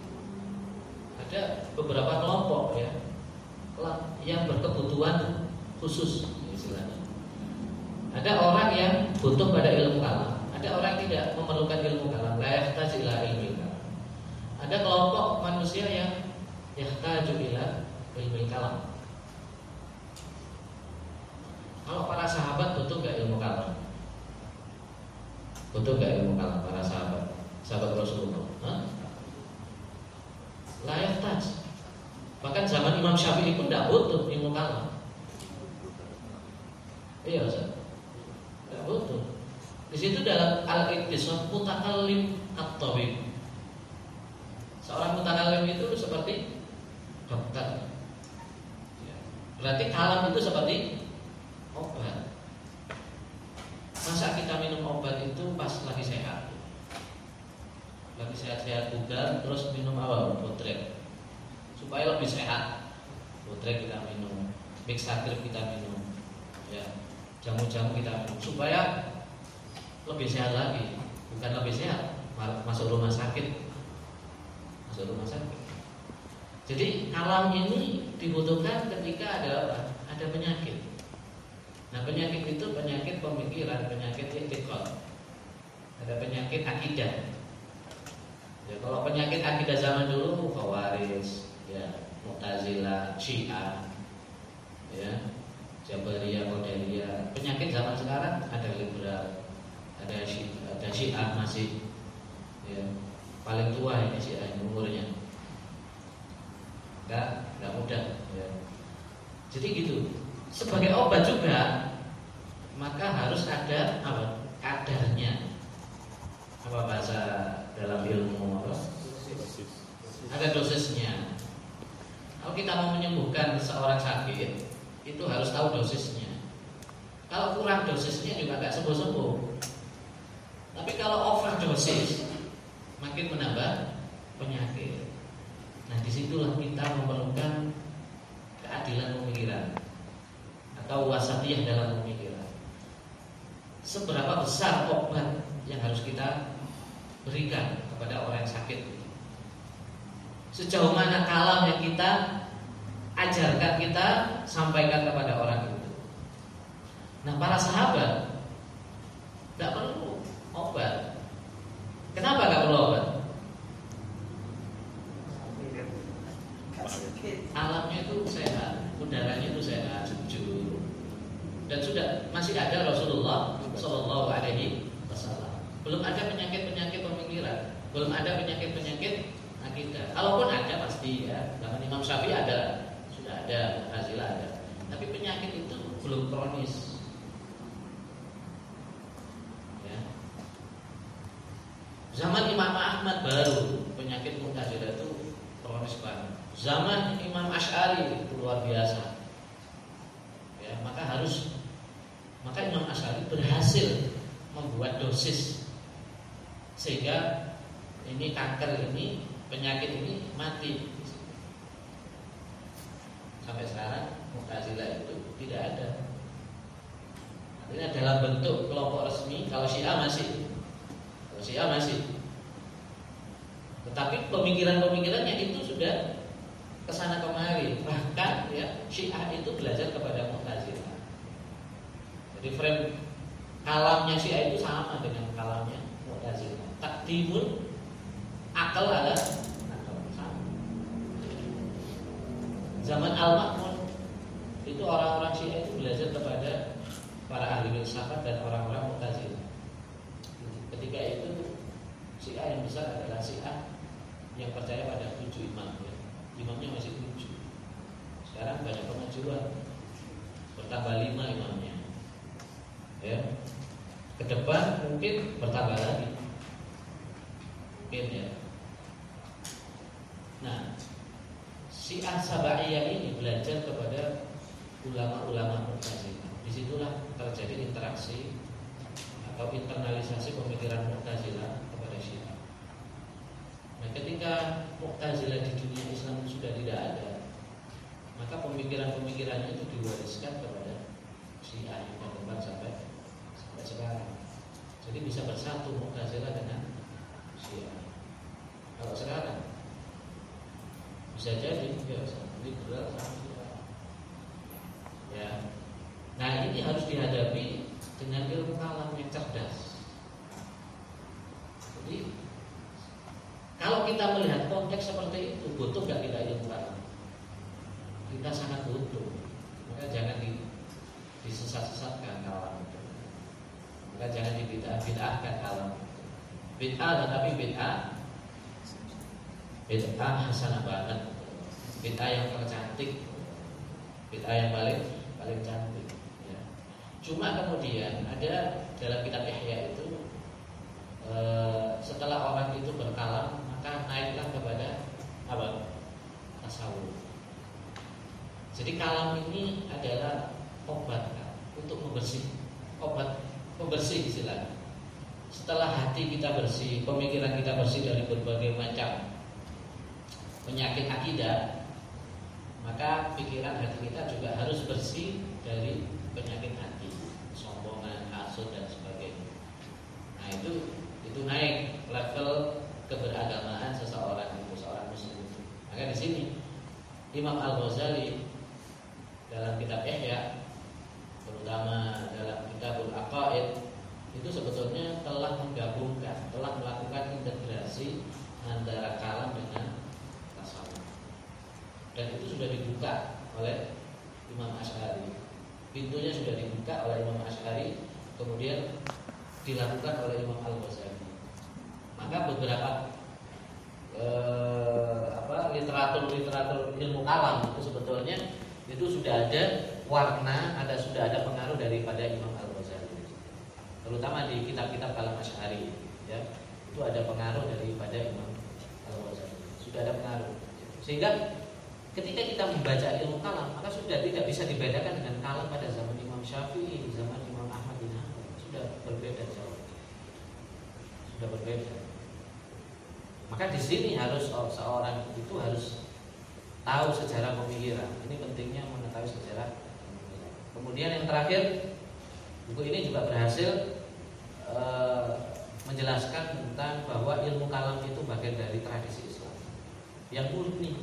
Ada beberapa kelompok ya yang berkebutuhan khusus istilahnya. Ada orang yang butuh pada ilmu kalam, ada orang yang tidak memerlukan ilmu kalam, la yahtaju ila ilmi kalam. Ada kelompok manusia yang yahtaju ila ilmi kalam. Kalau para sahabat butuh gak ilmu kalam? Butuh gak ilmu kalam para sahabat? Sahabat Rasulullah? Hah? Layak taj. Bahkan zaman Imam Syafi'i pun tidak butuh ilmu kalam. Iya Ustaz. Tidak butuh. Di situ dalam Al-Iqtisad mutakallim at-tabib. Seorang mutakallim itu seperti dokter. Berarti kalam itu seperti obat. Masa kita minum obat itu pas lagi sehat, lagi sehat-sehat bugar, terus minum apa? Botrek, supaya lebih sehat. Botrek kita minum, Mixagrip kita minum, ya, jamu-jamu kita minum, supaya lebih sehat lagi. Bukan lebih sehat, masuk rumah sakit, masuk rumah sakit. Jadi kalam ini dibutuhkan ketika ada apa? Ada penyakit. Nah penyakit itu penyakit pemikiran, penyakit i'tiqad. Ada penyakit akidah. Ya kalau penyakit akidah zaman dulu Khawarij, ya, Mu'tazilah, Syiah, ya, Jabariyah, Qadariyah. Penyakit zaman sekarang ada liberal, ada Syiah, ada Syiah masih, ya, paling tua ini Syiah umurnya. Enggak, enggak mudah, ya. Jadi gitu. Sebagai obat juga, maka harus ada apa? Kadarnya. Apa bahasa dalam ilmu apa? Ada dosisnya. Kalau kita mau menyembuhkan seorang sakit, itu harus tahu dosisnya. Kalau kurang dosisnya juga nggak sembuh-sembuh. Tapi kalau over dosis makin menambah penyakit. Nah disitulah kita memerlukan keadilan pemikiran atau wasatiyah dalam pemikiran. Seberapa besar obat yang harus kita berikan kepada orang yang sakit? Sejauh mana kalam yang kita ajarkan, kita sampaikan kepada orang itu? Nah para sahabat tidak perlu obat. Kenapa nggak perlu obat? Alamnya itu sehat, udaranya itu sehat, jujur, dan sudah masih ada Rasulullah Shallallahu Alaihi Wasallam. Belum ada penyakit-penyakit pemikiran, belum ada penyakit-penyakit akidah. Kalaupun ada pasti ya, zaman Imam Syafi'i ada, sudah ada, hasil ada. Tapi penyakit itu belum kronis. Ya. Zaman Imam Ahmad baru penyakit Mu'tazilah itu kronis banget. Zaman Imam Asy'ari itu luar biasa. Ya, maka harus maka Imam Asy'ari berhasil membuat dosis sehingga ini kanker ini, penyakit ini mati. Sampai sekarang Mu'tazilah itu tidak ada. Artinya dalam bentuk kelompok resmi. Kalau Syiah masih, kalau Syiah masih. Tetapi pemikiran-pemikirannya itu sudah kesana kemari. Bahkan ya Syiah itu belajar kepada Mu'tazilah. Jadi frame kalamnya Syiah itu sama dengan kalamnya Mu'tazilah. Takdimun akal ala akal sama. Zaman Al-Ma'mun itu orang-orang Syiah itu belajar kepada para ahli filsafat dan orang-orang Mu'tazilah. Ketika itu Syiah yang besar adalah Syiah yang percaya pada tujuh imam. Ya. Imamnya masih tujuh. Sekarang banyak kemajuan, bertambah lima imamnya. Ya, ke depan mungkin bertambah lagi, mungkin ya. Nah, Syiah Sabaiyah ini belajar kepada ulama-ulama Mu'tazilah. Disitulah terjadi interaksi atau internalisasi pemikiran Mu'tazilah kepada Syiah. Nah, ketika Mu'tazilah di dunia Islam sudah tidak ada, maka pemikiran-pemikirannya itu diwariskan kepada Syiah yang berkembang sampai sampai sekarang. Jadi bisa bersatu Mu'tazilah dengan Syiah. Kalau sekarang bisa jadi ya liberal sama Syiah. Ya. Nah, ini harus dihadapi dengan ilmu kalam yang cerdas. Jadi kalau kita melihat konteks seperti itu, butuh nggak kita ilmu kalam? Kita sangat butuh. Maka jangan di, disesat-sesatkan kalam itu. Maka jangan dibid'ah-bid'ahkan kalam. Bid'ah tetapi bid'ah bid'ah hasanah banget. Bid'ah yang tercantik. Bid'ah yang paling paling cantik. Ya. Cuma kemudian ada dalam kitab Ihya itu e, setelah orang itu berkalam, maka naiklah kepada apa? Tasawuf. Jadi kalam ini adalah obat kan, untuk membersih, obat pembersih istilahnya. Setelah hati kita bersih, pemikiran kita bersih dari berbagai macam penyakit akidah, maka pikiran hati kita juga harus bersih dari penyakit hati, sombongan, hasud dan sebagainya. Nah itu itu naik level keberagamaan seseorang itu, seorang muslim itu. Maka di sini Imam Al-Ghazali dalam kitab Ihya, terutama dalam kitabul Aqaid, itu sebetulnya telah menggabungkan, telah melakukan integrasi antara kalam dengan tasawuf. Dan itu sudah dibuka oleh Imam Asy'ari. Pintunya sudah dibuka oleh Imam Asy'ari, kemudian dilakukan oleh Imam Al-Ghazali. Maka beberapa eh, apa literatur-literatur ilmu kalam itu sebetulnya itu sudah ada warna, ada sudah ada pengaruh daripada Imam Al-Ghazali. Terutama di kitab-kitab kalam Asy'ari, ya. Itu ada pengaruh daripada Imam Al-Ghazali. Sudah ada pengaruh. Sehingga ketika kita membaca ilmu kalam, maka sudah tidak bisa dibedakan dengan kalam pada zaman Imam Syafi'i, zaman Imam Ahmad bin Hanbal. Sudah berbeda jauh. Sudah berbeda. Maka di sini harus oh, seorang itu harus tahu sejarah pemikiran. Ini pentingnya mengetahui sejarah pemikiran. Kemudian yang terakhir, buku ini juga berhasil e, menjelaskan tentang bahwa ilmu kalam itu bagian dari tradisi Islam yang murni,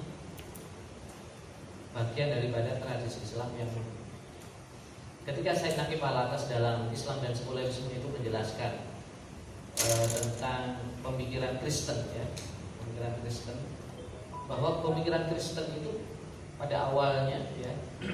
bagian daripada tradisi Islam yang murni. Ketika Said Naqib Al-Atas dalam Islam dan Sekularisme itu menjelaskan e, tentang pemikiran Kristen, ya, pemikiran Kristen, bahwa pemikiran Kristen itu pada awalnya, ya,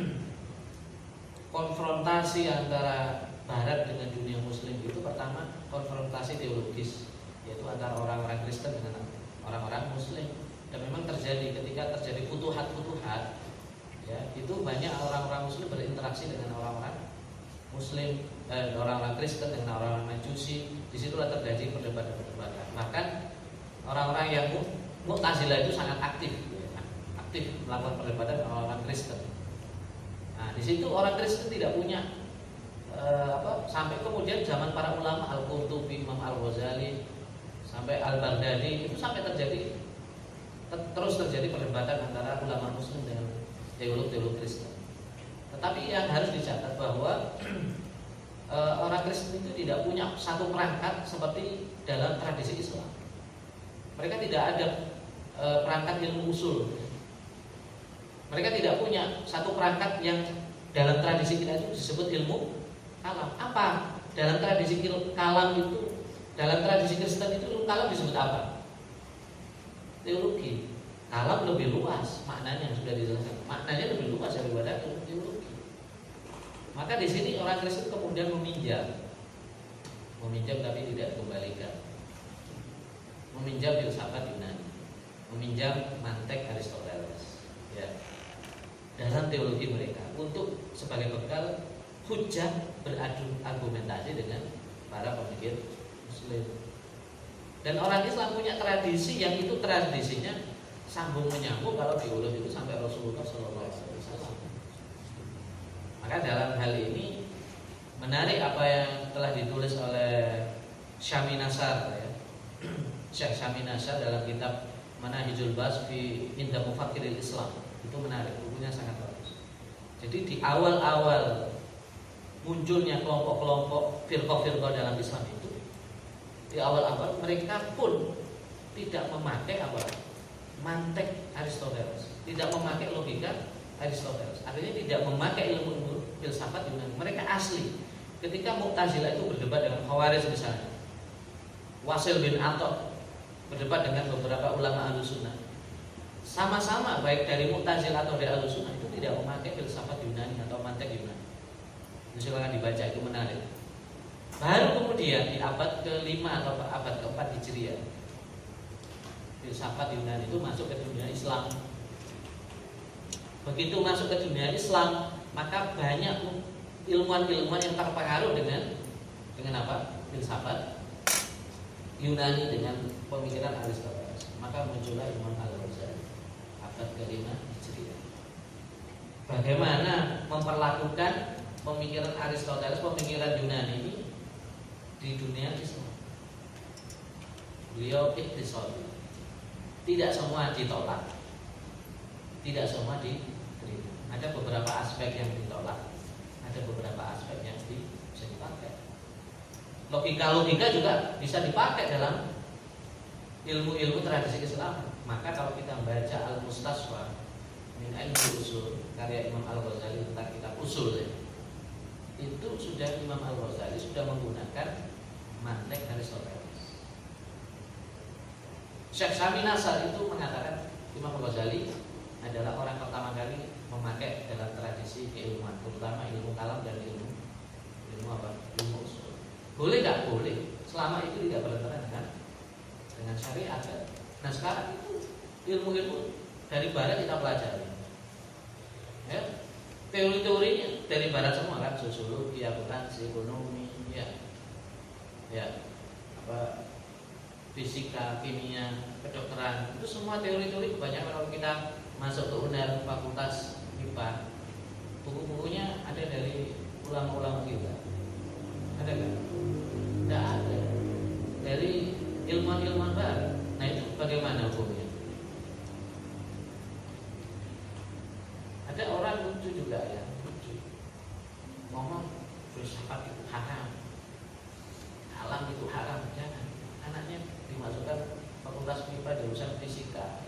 konfrontasi antara Barat dengan dunia Muslim itu pertama konfrontasi teologis, yaitu antara orang-orang Kristen dengan orang-orang Muslim. Dan memang terjadi ketika terjadi futuhat-futuhat, ya, itu banyak orang-orang Muslim berinteraksi dengan orang-orang Muslim, eh, orang-orang Kristen dengan orang-orang Majusi. Disitulah terjadi perdebatan-perdebatan. Bahkan orang-orang yang Mu'tazilah itu sangat aktif, ya, aktif melakukan perdebatan dengan orang-orang Kristen. Nah, di situ orang Kristen tidak punya eh, apa, sampai kemudian zaman para ulama Al-Qurtubi, Imam Al-Ghazali, sampai Al-Baghdadi, itu sampai terjadi ter- terus terjadi perdebatan antara ulama Muslim dengan teolog-teolog Kristen. Tetapi yang harus dicatat bahwa e, orang Kristen itu tidak punya satu perangkat seperti dalam tradisi Islam. Mereka tidak ada e, perangkat ilmu usul. Mereka tidak punya satu perangkat yang dalam tradisi kita itu disebut ilmu kalam. Apa? Dalam tradisi kalam itu, dalam tradisi Kristen itu ilmu kalam disebut apa? Teologi. Kalam lebih luas maknanya, sudah dijelaskan. Maknanya lebih luas daripada teologi. Maka di sini orang Kristen kemudian meminjam, meminjam tapi tidak dikembalikan, meminjam filsafat Yunani, meminjam mantek Aristoteles, ya, dalam teologi mereka untuk sebagai bekal hujah beradu argumentasi dengan para pemikir Muslim. Dan orang Islam punya tradisi yang itu tradisinya sambung menyambung, kalau diurut itu sampai Rasulullah shallallahu alaihi wasallam. Maka dalam hal ini menarik apa yang telah ditulis oleh Syami Nasar, ya, Syekh Syami Nasar dalam kitab Manahijul Bas fi Inda Mufakkiril Islam. Itu menarik, bukunya sangat bagus. Jadi di awal-awal munculnya kelompok-kelompok firqah-firqah dalam Islam itu, di awal-awal mereka pun tidak memakai apa? Mantek Aristoteles, tidak memakai logika Aristoteles, artinya tidak memakai ilmu-ilmu filsafat Yunani. Mereka asli. Ketika Mu'tazilah itu berdebat dengan Khawarij misalnya, Wasil bin Athod berdebat dengan beberapa ulama Ahlussunnah, sama-sama baik dari Mu'tazilah atau dari Ahlussunnah itu tidak memakai filsafat Yunani atau mantek Yunani. Itu silakan dibaca, itu menarik. Baru kemudian di abad kelima atau abad keempat Hijriah, filsafat Yunani itu masuk ke dunia Islam. Begitu masuk ke dunia Islam, maka banyak ilmuwan-ilmuwan yang terpengaruh dengan dengan apa? Filsafat Yunani, dengan pemikiran Aristoteles. Maka muncullah Imam Al-Ghazali abad kelima Hijriah. Bagaimana memperlakukan pemikiran Aristoteles, pemikiran Yunani ini di dunia Islam? Beliau iktisadi. Tidak semua ditolak, tidak semua diterima. Ada beberapa aspek yang ditolak, ada beberapa aspek yang bisa dipakai. Logika-logika juga bisa dipakai dalam ilmu-ilmu tradisi Islam. Maka kalau kita membaca Al-Mustasfa min Ilmi Usul karya Imam Al-Ghazali tentang kitab usul, ya, itu sudah Imam Al-Ghazali sudah menggunakan mantek Aristoteles. Syekh Syami Nasar itu mengatakan Imam Al-Ghazali adalah orang pertama kali memakai dalam tradisi keilmuan, terutama ilmu kalam dan ilmu ilmu apa? Ilmu usul. Boleh nggak? Boleh, selama itu tidak bertentangan dengan dengan syariat. Nah sekarang itu ilmu-ilmu dari Barat kita pelajari, ya, teori-teorinya dari Barat semua kan, sosiologi, akuntansi, ekonomi, ya, ya, apa? Fisika, kimia, kedokteran, itu semua teori-teori kebanyakan kalau kita masuk ke U N E R Fakultas M I P A, buku-bukunya ada dari ulang-ulang kita. Ada nggak? Nggak ada. Dari ilmuwan-ilmuwan barat. Nah itu bagaimana hukumnya? Ada orang lucu juga ya, lucu. Ngomong filsafat itu haram, alam itu haram, jangan. Anaknya dimasukkan fakultas M I P A jurusan fisika.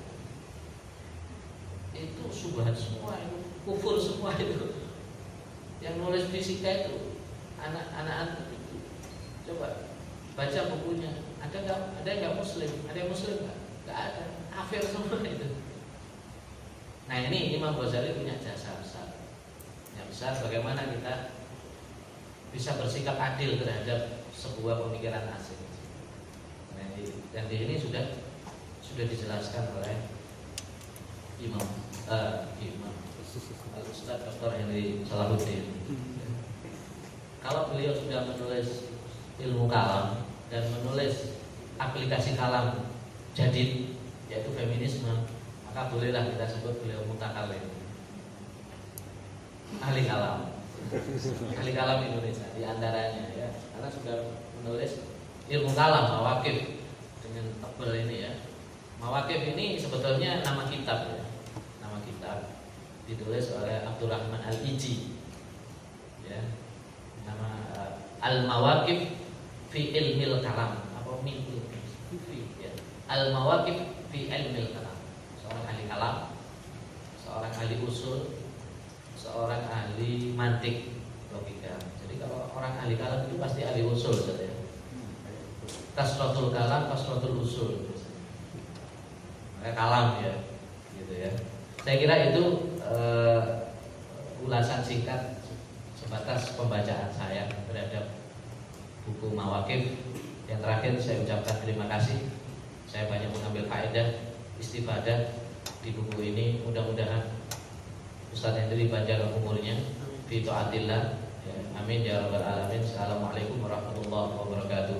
Itu subhat semua, itu kufur semua itu. Yang nulis fisika itu anak-anak itu. Coba baca bukunya. Ada nggak? Ada nggak Muslim? Ada yang Muslim nggak? Nggak ada. Kafir semua itu. Nah ini Imam Ghazali punya jasa besar. Yang besar bagaimana kita bisa bersikap adil terhadap sebuah pemikiran asing. Nah, di, dan di ini sudah sudah dijelaskan oleh Imam uh, Imam Al-Ustaz Doktor Henry Salahuddin. Kalau beliau sudah menulis ilmu kalam dan menulis aplikasi kalam jadid, yaitu feminisme, maka bolehlah kita sebut beliau mutakalim, ahli kalam, ahli kalam Indonesia diantaranya ya, karena sudah menulis ilmu kalam mawakif dengan tebal ini ya. Mawakif ini sebetulnya nama kitab ya, nama kitab ditulis oleh Abdurrahman Al-Iji ya, nama uh, Al-Mawakif fi ilmil kalam apa min fi ya. Al-Mawakif fi ilmil kalam, seorang ahli kalam, seorang ahli usul, seorang ahli mantik logika. Jadi kalau orang ahli kalam itu pasti ahli usul saja. Kasratul kalam, kasratul usul. Makanya kalam ya, gitu ya. Saya kira itu uh, ulasan singkat sebatas pembacaan saya terhadap buku Mawakif. Yang terakhir saya ucapkan terima kasih. Saya banyak mengambil faedah, istifadah di buku ini. Mudah-mudahan Ustaz Henry panjang umurnya fi taatillah ya. Amin ya rabbal alamin. Assalamualaikum warahmatullahi wabarakatuh.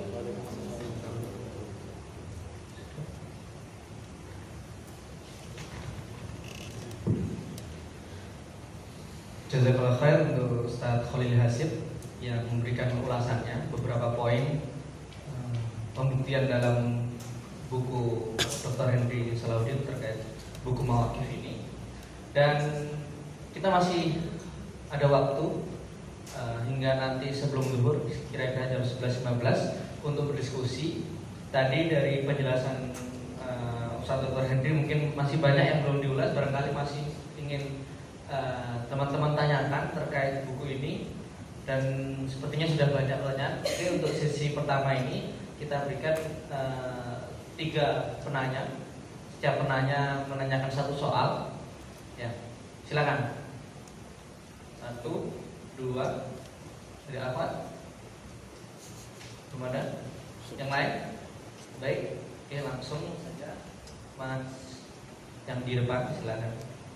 Jazakallah khair untuk Ustaz Khalil Hasib yang memberikan ulasannya beberapa poin um, pembuktian dalam buku Doktor Henry Salahuddin terkait buku Mawakif ini. Dan kita masih ada waktu uh, hingga nanti sebelum zuhur kira-kira jam sebelas lima belas untuk berdiskusi. Tadi dari penjelasan uh, Ustaz Doktor Henry mungkin masih banyak yang belum diulas, barangkali masih ingin teman-teman uh, tanyakan terkait buku ini, dan sepertinya sudah banyak banyak. Oke, untuk sesi pertama ini kita berikan uh, tiga penanya, setiap penanya menanyakan satu soal. Ya, silakan. Satu, dua, dari apa? Belum ada? Yang lain? Baik, oke langsung saja Mas yang di depan silakan.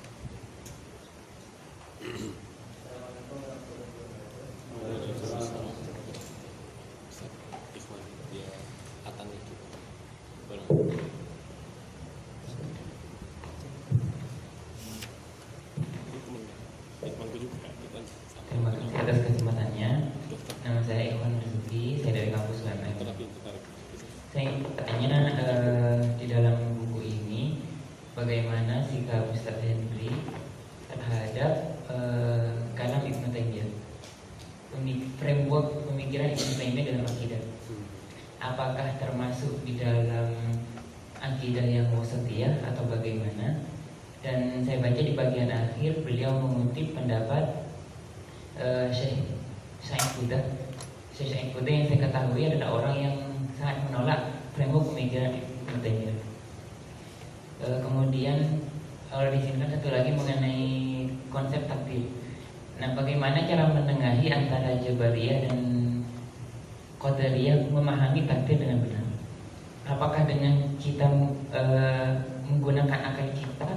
Terima kasih atas kesempatannya. Nama saya Ikhwan Marzuki, saya dari kampus U M M. Saya ingin bertanya uh, di dalam buku ini bagaimana sikap Ustaz Henry terhadap uh, kalam Ibnu Taimiyah, framework pemikiran Ibnu Taimiyah dalam akidah. Apakah termasuk di dalam akidah yang wasatiyah atau bagaimana? Dan saya baca di bagian akhir beliau mengutip pendapat uh, Syekh Said Qudah. Syekh Said Qudah yang saya ketahui adalah orang yang sangat menolak framework pemikiran Ibnu Taimiyah. Uh, kemudian kalau disinikan satu lagi mengenai konsep takdir. Nah, bagaimana cara menengahi antara Jabariyah dan Qadariyah memahami takdir dengan benar? Apakah dengan kita e, menggunakan akal kita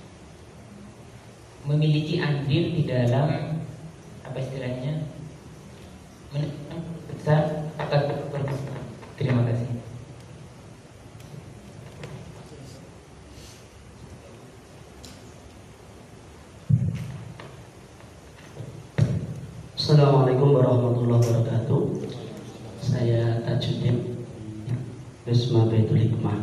memiliki andil di dalam apa istilahnya menentukan besar atau berbesar? Terima kasih. warahmatullahi wabarakatuh. Saya Tajuddin, Wisma Baitul Hikmah.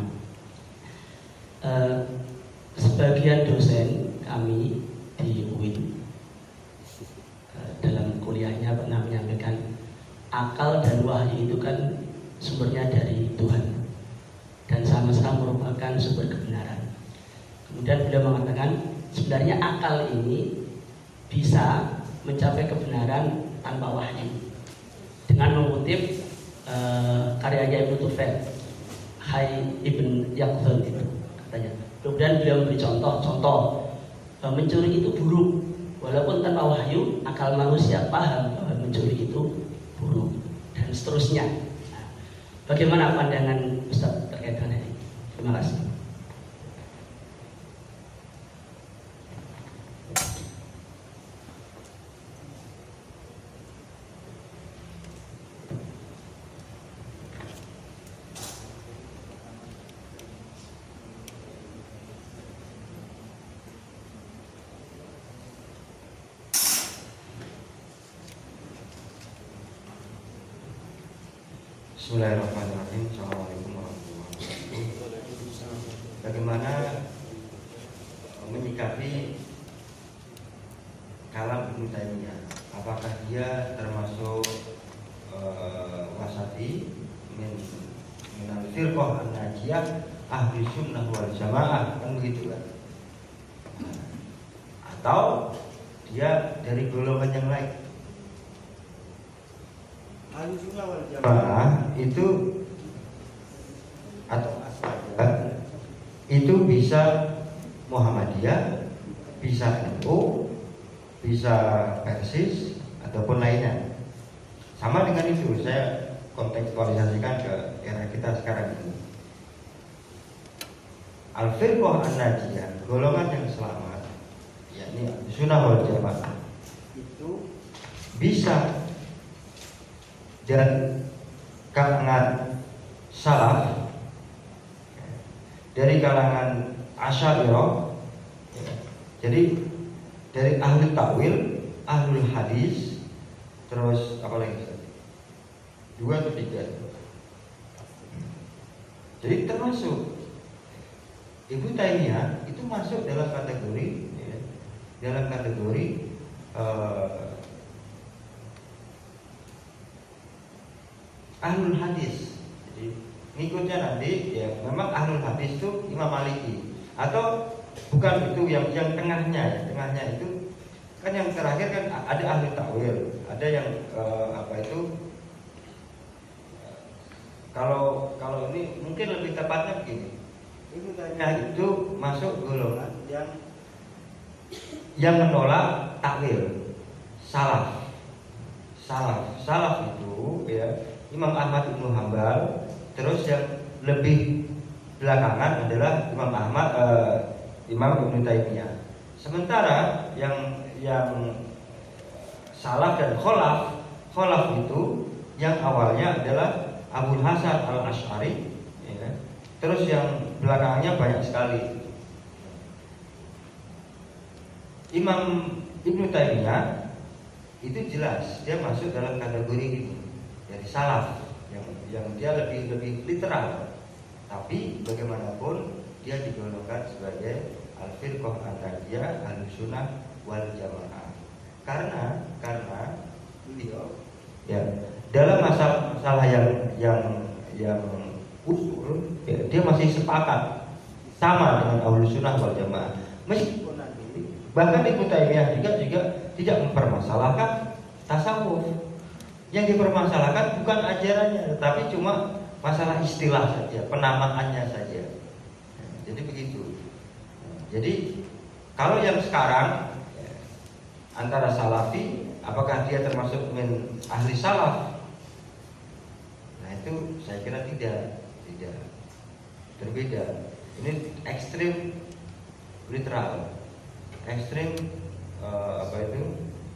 Uh, sebagian dosen kami di U I N uh, dalam kuliahnya pernah menyampaikan akal dan wahyu itu kan sumbernya dari Tuhan dan sama-sama merupakan sumber kebenaran. Kemudian beliau mengatakan sebenarnya akal ini bisa mencapai kebenaran tanpa wahyu dengan mengutip uh, karyanya Ibnu Tufail, Hai Ibn Yaqzan itu katanya. Kemudian beliau memberi contoh-contoh uh, mencuri itu buruk, walaupun tanpa wahyu akal manusia paham bahwa mencuri itu buruk dan seterusnya. Nah, bagaimana pandangan Ustaz terkait dengan ini? Terima kasih. Bismillahirrahmanirrahim. Assalamualaikum warahmatullahi wabarakatuh. Bagaimana menyikapi kalam Ibnu Taimiyah? Apakah dia termasuk uh, wasati min minal firqah an-najiyah ahli sunnah wal jamaah, kan begitu kan? Atau dia dari golongan yang lain? Ahli sunnah wal jamaah itu atau asal itu bisa Muhammadiyah, bisa N U, bisa Persis ataupun lainnya. Sama dengan itu, saya kontekstualisasikan ke era kita sekarang ini. Al-Firqah An-Najiyah, golongan yang selamat, yakni sunnah wal jamaah, itu bisa dan kalangan salaf, dari kalangan Asy'ariyah, jadi dari ahli takwil, ahlul hadis, terus apa lagi? Dua atau tiga. Jadi termasuk Ibnu Taimiyah itu masuk dalam kategori, ya, dalam kategori uh, ahlul hadis. Jadi ngikutnya nanti ya memang ahlul hadis itu Imam Maliki, atau bukan itu yang yang tengahnya, tengahnya itu kan yang terakhir kan ada ahli takwil, ada yang eh, apa itu kalau kalau ini mungkin lebih tepatnya begini, Ibnu Taimiyah itu masuk golongan yang yang menolak takwil, salaf, salaf, salaf itu ya Imam Ahmad Ibnu Hambal, terus yang lebih belakangan adalah Imam Ahmad uh, Imam Ibnu Taimiyah. Sementara yang yang salaf dan kholaf, kholaf itu yang awalnya adalah Abu Hasan Al Asy'ari, ya. Terus yang belakangannya banyak sekali. Imam Ibnu Taimiyah itu jelas dia masuk dalam kategori ini. Dari salaf yang yang dia lebih lebih literal, tapi bagaimanapun dia digolongkan sebagai al-firqah an-najiyah ahlussunnah wal jamaah. Karena karena beliau ya dalam masalah-masalah yang yang yang usul ya, dia masih sepakat sama dengan ahlussunnah wal jamaah. Meskipun nanti bahkan Ibnu Taimiyah juga juga tidak mempermasalahkan tasawuf. Yang dipermasalahkan bukan ajarannya, tetapi cuma masalah istilah saja, penamaannya saja. Jadi begitu. Jadi kalau yang sekarang ya, antara salafi, apakah dia termasuk min ahli salaf? Nah itu saya kira tidak, tidak berbeda. Ini ekstrim literal, ekstrim uh, apa itu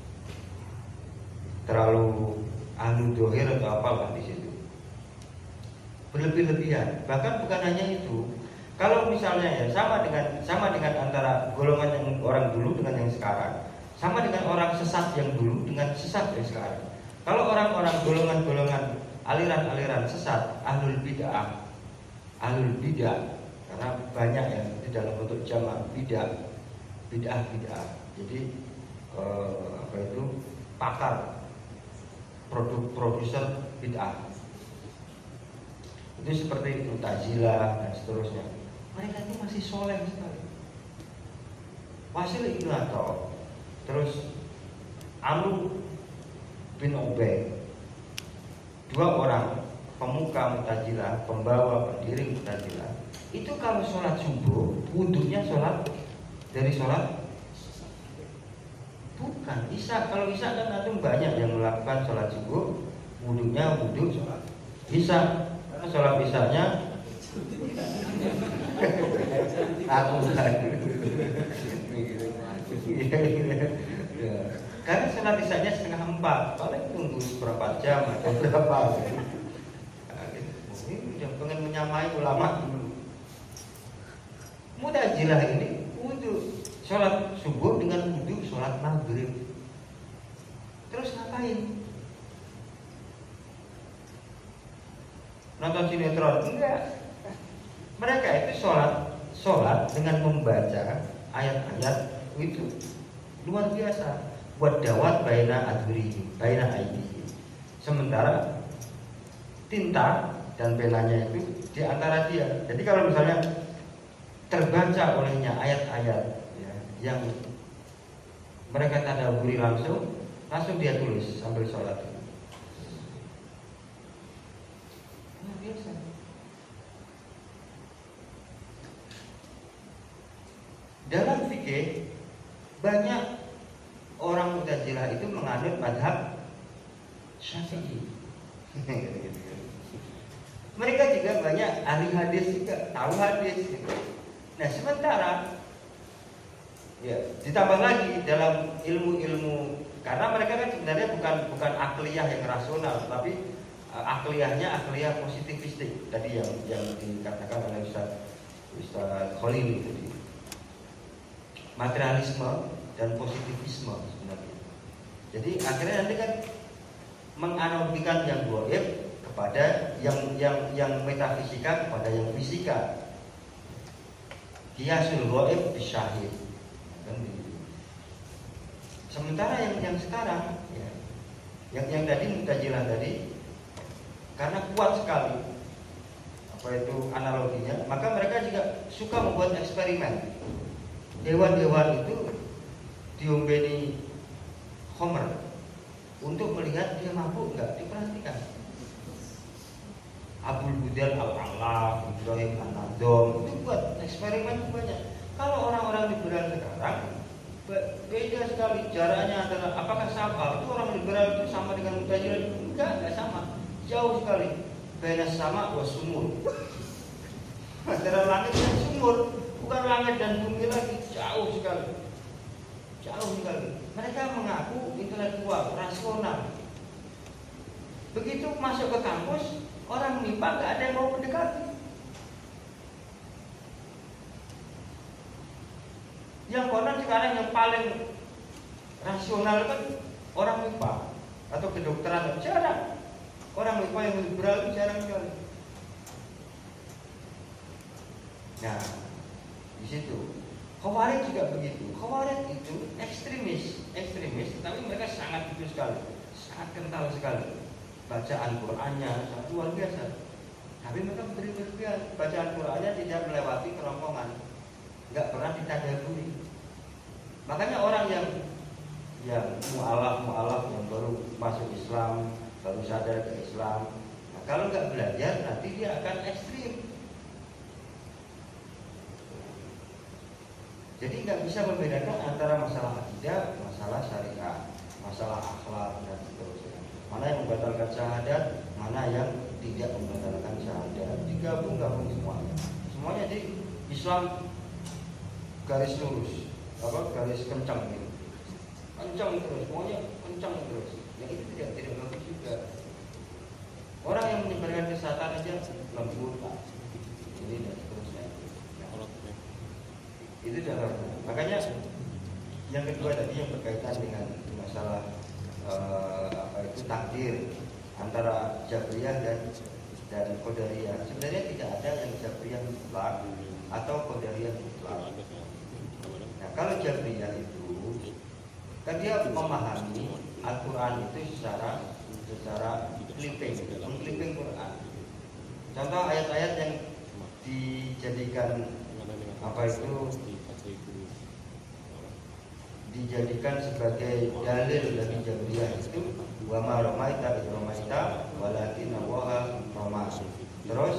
terlalu ahlu dohir atau apalah di situ, berlebih-lebihan. Bahkan bukan hanya itu. Kalau misalnya ya sama dengan sama dengan antara golongan yang orang dulu dengan yang sekarang, sama dengan orang sesat yang dulu dengan sesat yang sekarang. Kalau orang-orang golongan-golongan aliran-aliran sesat, ahlul bid'ah, ahlul bid'ah, karena banyak ya di dalam bentuk jamak bid'ah, bid'ah bid'ah. Jadi eh, apa itu pakar, produk produser bid'ah. Itu seperti Mu'tazilah dan seterusnya. Mereka itu masih soleh sekali. Wasil Ibnu Atha, terus Amr bin Ubaid, dua orang pemuka Mu'tazilah, pembawa pendiri Mu'tazilah, itu kalau sholat subuh wudhunya sholat dari sholat bukan isya. Kalau isya kan nanti banyak yang melakukan sholat subuh wudhunya wudhu sholat isya, karena sholat isyanya aku ya. Karena sholat isyanya setengah empat, paling tunggu berapa jam atau berapa. Ini udah pengen menyamai ulama dulu. Mu'tazilah ini wudhu sholat subuh dengan wudhu sholat maghrib. Terus ngapain? Nonton sinetron? Enggak. Mereka itu sholat sholat dengan membaca ayat-ayat itu luar biasa. Buat dawat baina adhurihi, baina aidihi. Sementara tinta dan penanya itu di antara dia. Jadi kalau misalnya terbaca olehnya ayat-ayat ya, yang mereka tadabburi langsung, langsung dia tulis sambil sholat. Luar biasa. Dalam fikih banyak orang Mu'tazilah itu menganut mazhab Syafi'i. Mereka juga banyak ahli hadis juga, tahu hadis gitu. Nah sementara ya ditambah lagi dalam ilmu-ilmu, karena mereka kan sebenarnya bukan bukan akliyah yang rasional, tapi uh, akliyahnya akliyah positivistik tadi yang yang dikatakan oleh Ustaz Ustaz Khalil tadi. Materialisme dan positivisme sebenarnya. Jadi akhirnya nanti kan menganalogikan yang gaib kepada yang yang yang metafisika kepada yang fisika. Qiyasul gaib bisyahid. Kan begitu. Sementara yang yang sekarang ya, yang yang tadi Mu'tazilah tadi karena kuat sekali apa itu analoginya, maka mereka juga suka membuat eksperimen. Hewan-hewan itu diombeni khamr untuk melihat dia mabuk enggak, diperhatikan. Abul Budal Al-Alaf, Ibrahim An-Nadom itu buat eksperimen banyak. Kalau orang-orang liberal sekarang beda sekali jaraknya antara apakah sama itu orang liberal itu sama dengan Mu'tazilah? Enggak, enggak sama. Jauh sekali. Bainas sama wa sumur. Antara langit dan sumur, bukan langit dan bumi lagi, jauh sekali. Jauh sekali. Mereka mengaku intelektual, rasional. Begitu masuk ke kampus, orang M I P A nggak ada yang mau mendekati. Yang konon sekarang yang paling rasional kan orang M I P A atau kedokteran, jarang. Orang M I P A yang liberal itu jarang sekali. Nah, di situ Khawarij juga begitu. Khawarij itu ekstremis, ekstremis, tapi mereka sangat itu sekali, sangat kental sekali. Bacaan Qur'annya sangat luar biasa. Tapi mereka berlebihan. Bacaan Qur'annya tidak melewati kerongkongan, nggak pernah ditadaburi. Makanya orang yang yang mu'alaf mu'alaf yang baru masuk Islam, baru sadar ke Islam, nah, kalau nggak belajar nanti dia akan ekstrim. Jadi nggak bisa membedakan antara masalah akidah, masalah syariah, masalah akhlak dan seterusnya. Mana yang membatalkan syahadat, mana yang tidak membatalkan syahadat. Digabung-gabung semuanya. Semuanya di Islam garis lurus, apa garis kencang gitu. Kencang terus, semuanya kencang terus. Yang itu tidak tidak bagus juga. Orang yang menyebarkan kesesatan aja lembut, ini dan seterusnya. Itu dalam. Makanya yang kedua tadi yang berkaitan dengan masalah eh, apa itu takdir antara Jabriyah dan dan Qadariyah. Sebenarnya tidak ada yang Jabriyah mutlak atau Qadariyah mutlak. Nah, kalau Jabriyah itu kan dia memahami Al-Quran itu secara secara clipping, mengclipping Quran. Contoh ayat-ayat yang dijadikan apa itu dijadikan sebagai dalil bagi Jabriyah itu wa ma ramaita id ramaita walakin Allah rama. Terus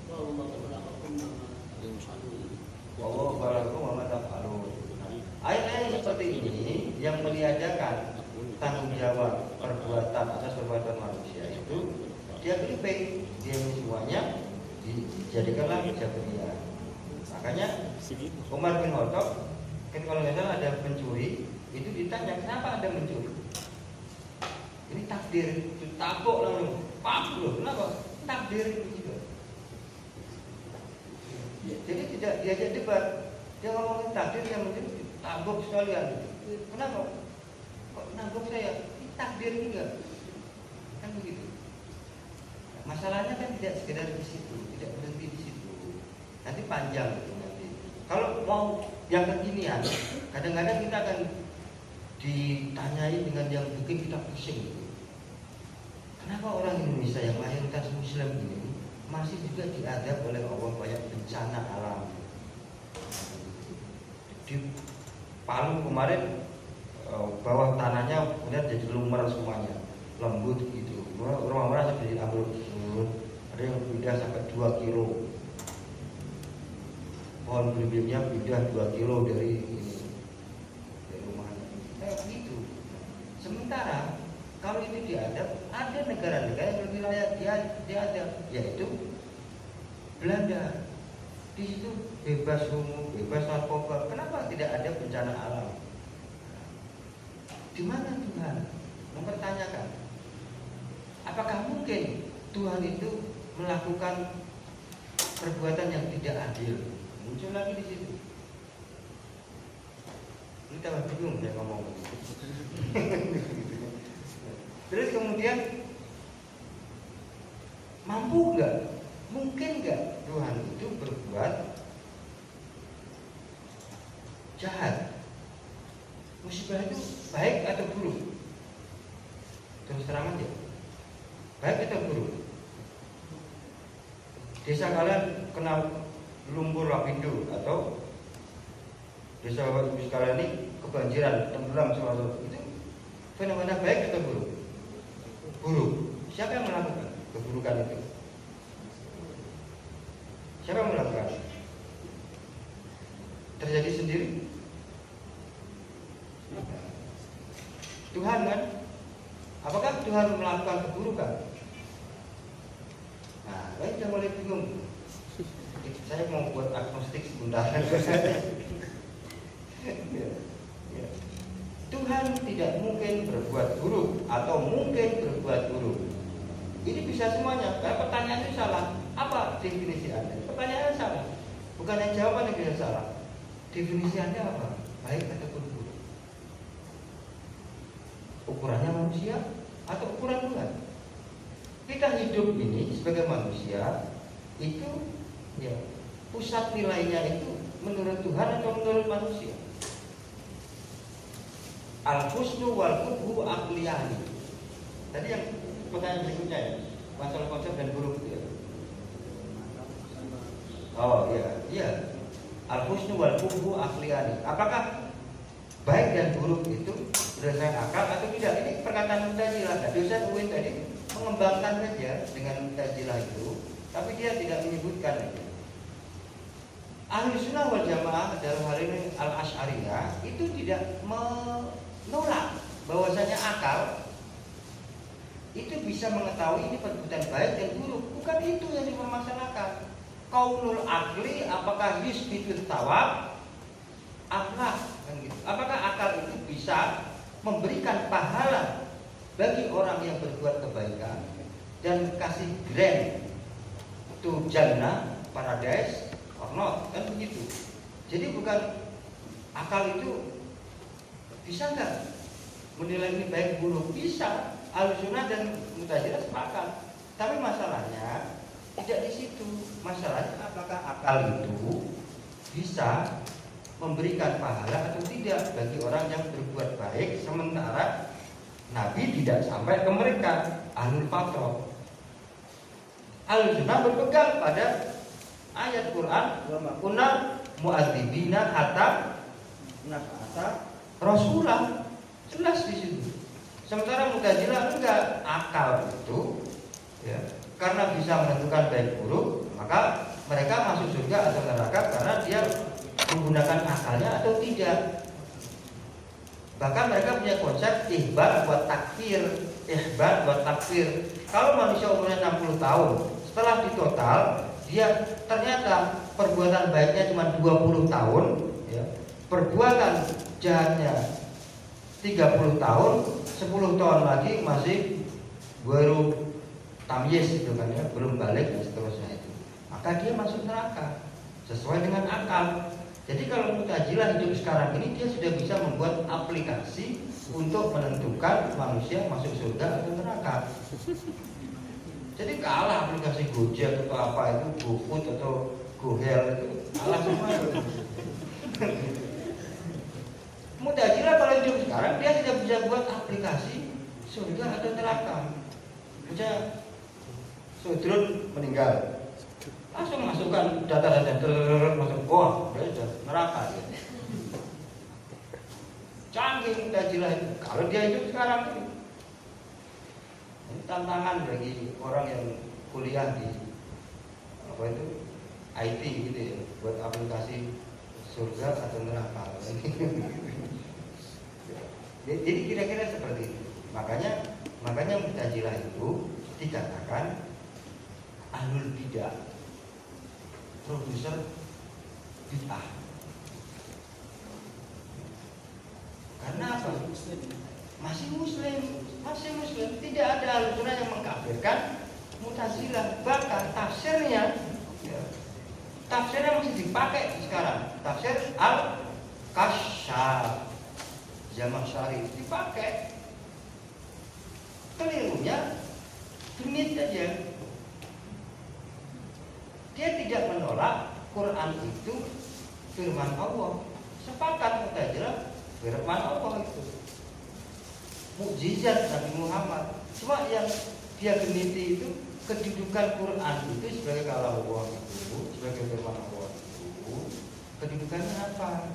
Allah barakum wa ma taf'alun. Ayat-ayat seperti ini yang meniadakan tanggung jawab perbuatan atas perbuatan manusia itu dia clipping, dia semuanya dijadikanlah Jabriyah. Makanya Umar bin Khattab kan kalau nggak salah ada pencuri itu ditanya kenapa Anda mencuri? Ini takdir, ditabok lalu, pak loh, kenapa? Takdir itu. Jadi tidak diajak debat, dia ngomongin takdir dia mencuri, tabok sekalian. Kenapa? Kok nabok saya? Ini takdir juga, kan begitu. Masalahnya kan tidak sekedar di situ, tidak berhenti di situ. Nanti panjang itu nanti. Kalau mau yang kekinian, kadang-kadang kita akan ditanyai dengan yang bikin kita pusing. Kenapa orang Indonesia yang mayoritas Muslim ini masih juga diadab oleh Allah banyak bencana alam? Di Palu kemarin bawah tanahnya kemudian jadi lumer semuanya, lembut gitu. Rumah-rumah sampai diambil, ada yang pindah sampai dua kilo. Pohon belimbingnya pindah dua kilo dari ini, dari rumahnya. Kayak begitu. Sementara kalau itu diadab, ada negara-negara yang lebih layak dia diadab, yaitu Belanda. Di situ bebas homo, bebas narkoba. Kenapa tidak ada bencana alam? Di mana Tuhan mempertanyakan? Apakah mungkin Tuhan itu melakukan perbuatan yang tidak adil? Muncul lagi di situ. Kita bingung saya ngomong. Terus kemudian mampu nggak? Mungkin nggak Tuhan itu berbuat jahat? Musibah itu baik atau buruk? Terus terang aja. Baik atau buruk? Desa kalian kena lumpur lapindo atau desa bapak ibu sekalian ini kebanjiran, tenggelam semua, itu fenomena baik atau buruk? Buruk. Siapa yang melakukan keburukan itu? Siapa yang melakukan? Terjadi sendiri? Tuhan kan? Apakah Tuhan melakukan keburukan? Nah, saya sudah mulai bingung. Saya mau buat agnostik sebentar. Ya, ya. Tuhan tidak mungkin berbuat buruk atau mungkin berbuat buruk. Ini bisa semuanya. Karena pertanyaannya salah. Apa definisi Anda? Pertanyaannya salah. Bukan yang jawaban yang bisa salah. Definisi Anda apa? Baik ataupun buruk? Ukurannya manusia atau ukuran Tuhan? Kita hidup ini sebagai manusia itu ya pusat nilainya itu menurut Tuhan atau menurut manusia? Al-husnu wal qubhu aqliyani. Tadi yang pertanyaan berikutnya ya, masalah konsep dan buruk itu ya. Oh iya, iya. Al-husnu wal qubhu aqliyani. Apakah baik dan buruk itu berdasarkan akal atau tidak? Ini perkataan Mu'tazilah. Tadi Ustaz Uwin tadi mengembangkan saja dengan Mu'tazilah itu, tapi dia tidak menyebutkan itu. Ahli sunnah wal jamaah dalam hal ini al-Asy'ariyah itu tidak menolak bahwasanya akal itu bisa mengetahui ini perbuatan baik dan buruk. Bukan itu yang dipermasalahkan. Qaulul akli apakah yusbitut thawab? Akhlak kan gitu. Apakah akal itu bisa memberikan pahala bagi orang yang berbuat kebaikan dan kasih grant to jannah, paradise or not, kan begitu. Jadi bukan akal itu bisa nggak menilai ini baik buruk? Bisa. Ahlussunnah dan Mu'tazilah sepakat. Tapi masalahnya tidak di situ. Masalahnya apakah akal itu bisa memberikan pahala atau tidak bagi orang yang berbuat baik, sementara Nabi tidak sampai ke mereka, ahlul fatrah. Ahlussunnah berpegang pada ayat Quran, wa ma kunna mu'adzibina hatta nab'atsa rasulah. Jelas di situ. Sementara Mu'tazilah enggak, akal itu ya, karena bisa menentukan baik buruk, maka mereka masuk surga atau neraka karena dia menggunakan akalnya atau tidak. Bahkan mereka punya konsep ihbar buat takfir, ihbar buat takfir. Kalau manusia umurnya enam puluh tahun, setelah ditotal dia ternyata perbuatan baiknya cuma dua puluh tahun, ya, perbuatan jahatnya tiga puluh tahun, sepuluh tahun lagi masih baru tamyiz itu kan ya, belum balik dan seterusnya itu. Maka dia masuk neraka sesuai dengan akal. Jadi kalau Mu'tazilah hidup sekarang ini, dia sudah bisa membuat aplikasi untuk menentukan manusia masuk surga atau neraka. Jadi kalah aplikasi Gojek atau apa itu, GoFood atau GoHel itu kalah semua itu. Mu'tazilah kalau hidup sekarang dia tidak bisa buat aplikasi surga atau neraka. Misalnya Sudrun meninggal, langsung masukkan data-data masuk, wah sudah neraka dia. Canggih Mu'tazilah itu. Kalau dia hidup sekarang ini, ini tantangan bagi orang yang kuliah di apa itu I T gitu ya, buat aplikasi surga atau neraka. Jadi kira-kira seperti itu. Makanya makanya Mu'tazilah itu dikatakan ahlul bidah, produser bid'ah. Karena apa? Masih muslim, masih muslim. Tidak ada ahlussunnah yang mengkafirkan Mu'tazilah. Bahkan tafsirnya, ya, tafsirnya masih dipakai sekarang. Tafsir Al-Kasyaf Zamakhsyari dipakai. Kelirunya genit saja. Dia tidak menolak Quran itu firman Allah. Sepakat Mu'tazilah firman Allah itu mukjizat Nabi Muhammad. Cuma yang dia geniti itu kedudukan Quran itu sebagai kalam Allah itu, sebagai firman Allah itu, kedudukannya apa?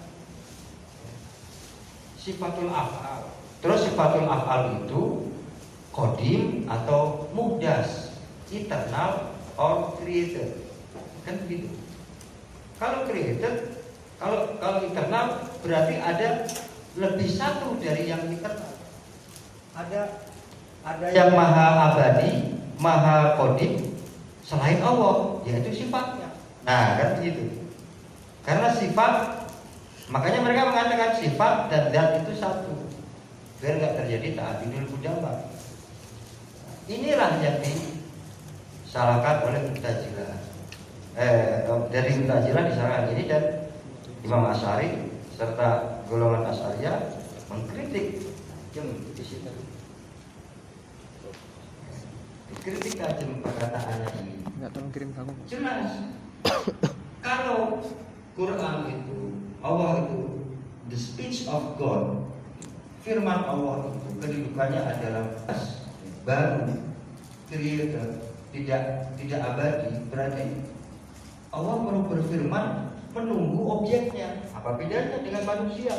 Sifatul af'al. Terus sifatul af'al itu qadim atau muhdas, eternal or created. Kan begitu. Kalau created, kalau kalau eternal berarti ada lebih satu dari yang eternal. Ada ada yang maha abadi, maha qadim selain Allah, yaitu sifatnya. Nah, kan begitu. Karena sifat, makanya mereka mengatakan sifat dan zat itu satu, biar nggak terjadi ta'dilul qudama. Inilah yang disalahkan oleh Mu'tazilah. Eh, dari Mu'tazilah disalahkan ini, dan Imam Asy'ari serta golongan Asy'ariyah mengkritik jem di situ. Dikritik aja perkataannya ini. Enggak, tolong kirim kamu. Jelas. Kalau Quran itu, Allah itu the speech of God, firman Allah itu kedudukannya adalah baru, creator, tidak tidak abadi, berarti Allah perlu berfirman menunggu objeknya. Apa bedanya dengan manusia?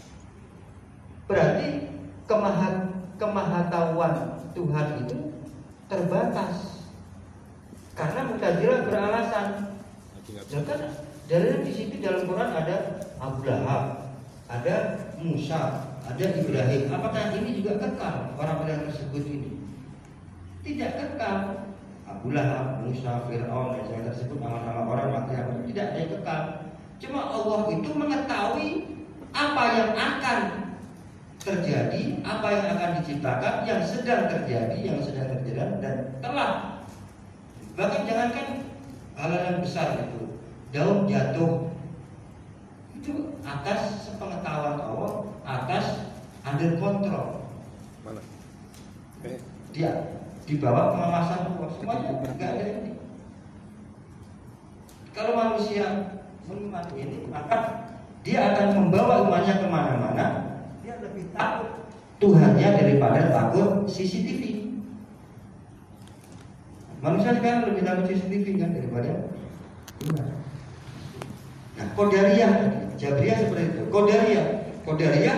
Berarti kemaha, kemahatauan Tuhan itu terbatas. Karena Mu'tazilah beralasan, ya kan, dari di situ dalam Quran ada Abu Lahab, ada Musa, ada Ibrahim. Apakah ini juga kekal orang-orang tersebut ini? Tidak kekal. Abu Lahab, Musa, Fir'aun dan yang tersebut nama-nama orang makhluk itu tidak ada yang kekal. Cuma Allah itu mengetahui apa yang akan terjadi, apa yang akan diciptakan, yang sedang terjadi, yang sedang terjadi dan telah. Bahkan jangankan hal-hal yang besar itu, daun jatuh itu atas sepengetahuan Allah, atas under control. dia di bawah pengawasan Allah, semuanya nggak ada ini. Kalau manusia mengimani ini, maka dia akan membawa imannya kemana-mana. Dia lebih takut Tuhannya daripada takut C C T V. Manusia sekarang lebih takut C C T V kan daripada Tuhan. Nah, Qadariyah, Jabriyah seperti itu. Qadariyah, Qadariyah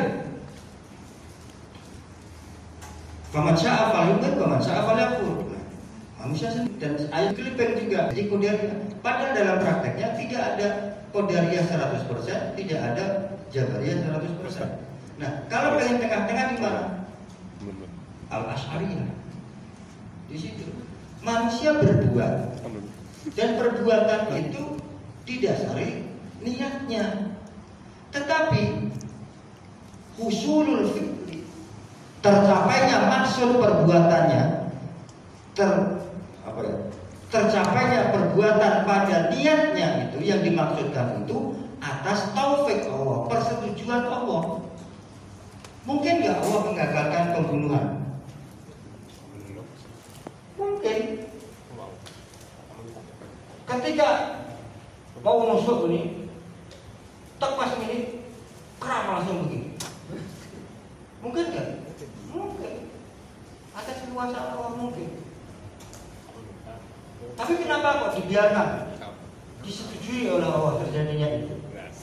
faman syaa falyu'min wa man syaa falyakfur. Manusia sendiri dan ayat kelipeng juga. Jadi Qadariyah, padahal dalam prakteknya tidak ada Qadariyah seratus persen, tidak ada Jabariyah seratus persen. Nah, kalau pengen tengah-tengah di mana? Al-Asy'ariyah. Di situ manusia berbuat dan perbuatan itu didasari niatnya. Tetapi husulul fi'li, tercapainya maksud perbuatannya, ter apa ya? Tercapainya perbuatan pada niatnya itu yang dimaksudkan itu atas taufik Allah, persetujuan Allah. Mungkin nggak Allah mengagalkan pembunuhan? Mungkin. Ketika mau nusuk ini, tepas ini, keram langsung begini. Mungkin nggak? Mungkin. Atas kekuasaan Allah mungkin. Tapi kenapa kok dibiarkan? Disetujui oleh Allah terjadinya itu.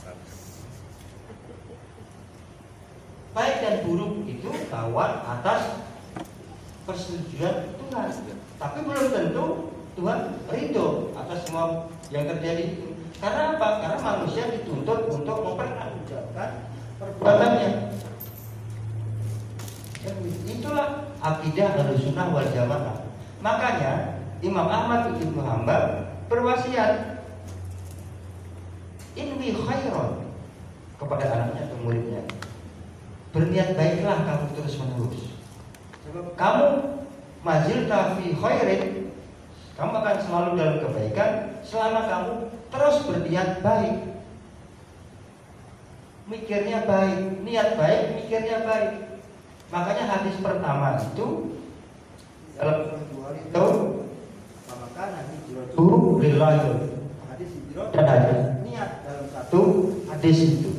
Baik dan buruk itu lawan atas persetujuan Tuhan. Tapi belum tentu Tuhan ridho atas semua yang terjadi itu. Karena apa? Karena manusia dituntut untuk mempertanggungjawabkan perbuatannya. Itulah akidah Ahlussunnah wal Jamaah. Makanya Imam Ahmad bin Hanbal berwasiat inwi khairon kepada anaknya atau muridnya, berniat baiklah kamu terus menerus. Kamu mazilta fi khairin, kamu akan selalu dalam kebaikan selama kamu terus berniat baik, mikirnya baik, niat baik, mikirnya baik. Makanya hadis pertama itu dalam itu maka hijratu lillahi, hadis hijrah dan hadis niat dalam satu hadis itu.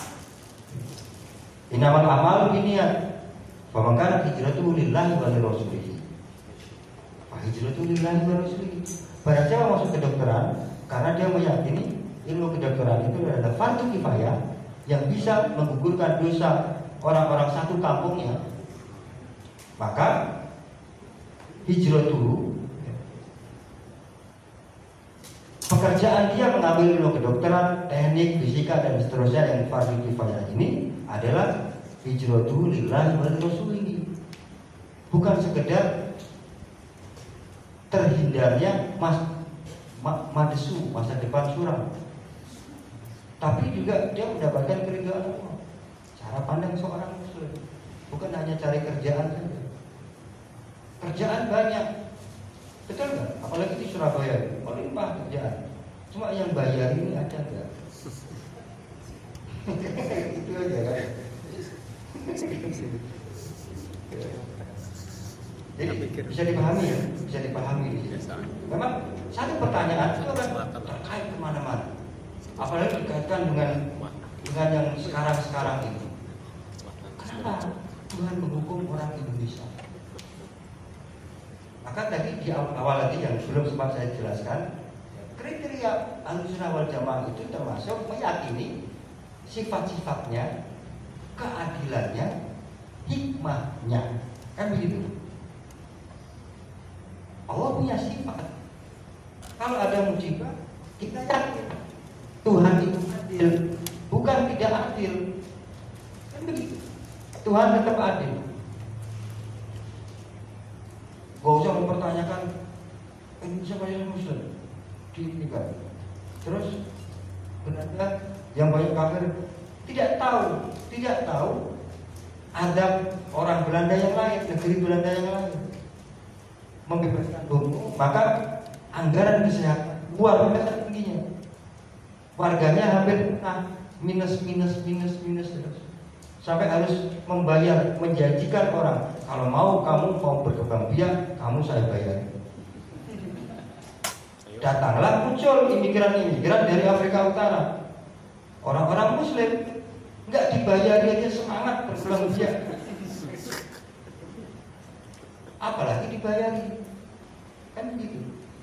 Innamal amal binniyat. Fa man kana hijratuhu lillahi wa li rasulih. Fa hijratuhu lillahi wa rasulih. Barang siapa masuk kedokteran karena dia meyakini ilmu kedokteran itu adalah fardu kifayah yang bisa menggugurkan dosa orang-orang satu kampungnya, maka hijratuhu, pekerjaan dia mengambil ilmu kedokteran, teknik, fisika dan seterusnya yang fardu kifayah ini adalah hijratuhu lillahi wa rasulihi. Bukan sekedar terhindarnya mas, ma, madesu, masa depan suram, tapi juga dia mendapatkan keridhaan Allah. Cara pandang seorang muslim bukan hanya cari kerjaan saja. Kerjaan banyak, betul nggak? Apalagi di Surabaya, melimpah kerjaan. Cuma yang bayar ini ada nggak? Itu aja kan. Jadi bisa dipahami ya, bisa dipahami di sini. Memang satu pertanyaan itu akan terkait kemana-mana. Apalagi dikaitkan dengan dengan yang sekarang-sekarang ini. Kenapa Tuhan menghukum orang Indonesia? Maka tadi di awal lagi yang belum sempat saya jelaskan, kriteria Ahlussunnah wal Jamaah itu termasuk meyakini sifat-sifatnya, keadilannya, hikmahnya, kan begitu. Allah punya sifat. Kalau ada musibah, kita yakin Tuhan itu adil, bukan tidak adil. Kan begitu. Tuhan tetap adil. Gak usah mempertanyakan ini siapa yang muslim di ini kan. Terus benar yang banyak kafir tidak tahu, tidak tahu adab orang Belanda yang lain, negeri Belanda yang lain membebaskan bom, maka anggaran kesehatan luar biasa tingginya. Warganya hampir nah, minus minus minus minus terus. Sampai harus membayar, menjanjikan orang kalau mau kamu mau berkembang biak, kamu saya bayar. Datanglah muncul imigran-imigran dari Afrika Utara, orang-orang Muslim, nggak dibayari aja semangat berkembang biak, apalagi dibayari, kan begitu.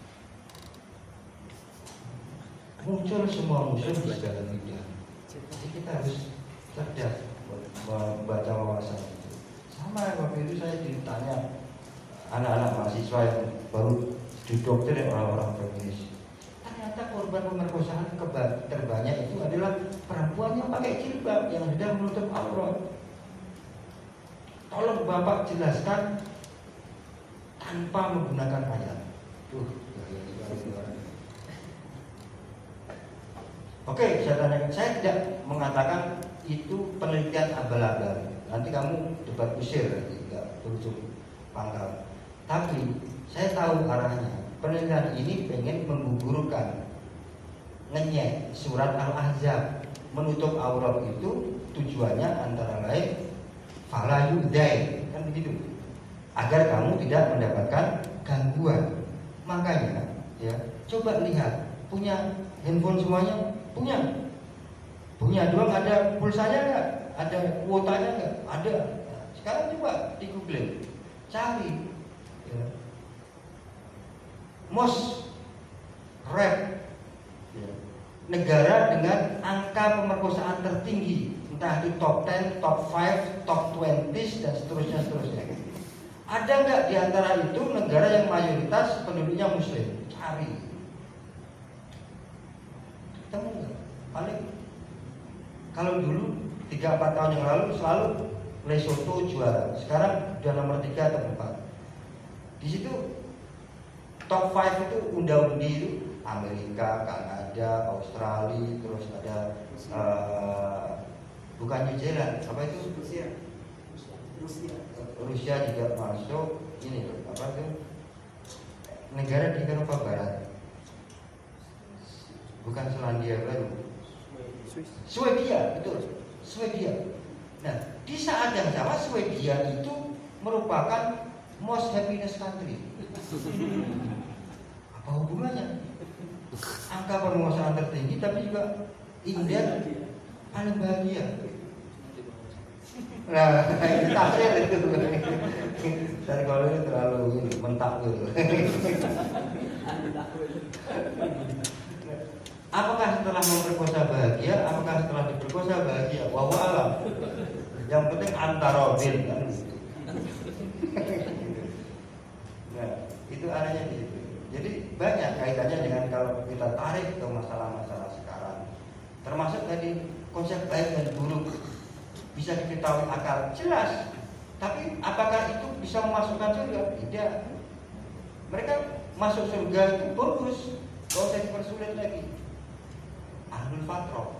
Muncul semua Muslim di segala media. Jadi kita harus cerdas membaca wawasan itu. Sama waktu itu saya ditanya anak-anak mahasiswa yang baru didoktrin orang-orang feminis. Ternyata korban pemerkosaan terbanyak itu adalah perempuan yang pakai jilbab, yang sedang menutup aurat. Tolong Bapak jelaskan tanpa menggunakan ayat. Tuh, oke, saya tanyakan. Saya tidak mengatakan itu penelitian abal-abal. Nanti kamu debat kusir, tidak berujung pangkal. Tapi saya tahu arahnya. Penelitian ini pengen menggugurkan, ngenyek surat Al-Ahzab, menutup aurat itu tujuannya antara lain fala yudai, kan begitu, agar kamu tidak mendapatkan gangguan. Makanya ya, coba lihat, punya handphone semuanya, punya punya doang, ada pulsanya nggak, ada kuotanya nggak, ada. Sekarang coba di Google cari ya, most rate ya, negara dengan angka pemerkosaan tertinggi, entah itu top sepuluh, top lima, top dua puluh dan seterusnya seterusnya. Ada nggak di antara itu negara yang mayoritas penduduknya Muslim? Cari, ketemu nggak? Paling kalau dulu tiga empat tahun yang lalu selalu Lesotho juara, sekarang udah nomor tiga atau empat. Di situ top lima itu unda-undi itu Amerika, Kanada, Australia, terus ada uh, bukan New Zealand, apa itu? Rusia. Rusia. Rusia juga masuk. Ini apa itu? Negara di Eropa Barat. Bukan Selandia Baru. Swedia, betul. Swedia. Nah, di saat yang sama Swedia itu merupakan most happiness country. Apa hubungannya? Angka pemerkosaan tertinggi tapi juga India paling bahagia. Nah, itu tafsir itu. Dan kalau ini terlalu ini, mentak dulu. Apakah setelah memperkosa bahagia? Apakah setelah diperkosa bahagia? Wallahu alam. Yang penting antara bin kan gitu. Nah, itu arahnya di situ. Jadi banyak kaitannya dengan kalau kita tarik ke masalah-masalah sekarang. Termasuk tadi konsep baik dan buruk bisa diketahui akal jelas. Tapi apakah itu bisa memasukkan surga? Tidak. Mereka masuk surga itu bonus, gak usah dipersulit lagi. Ahlul fatroh.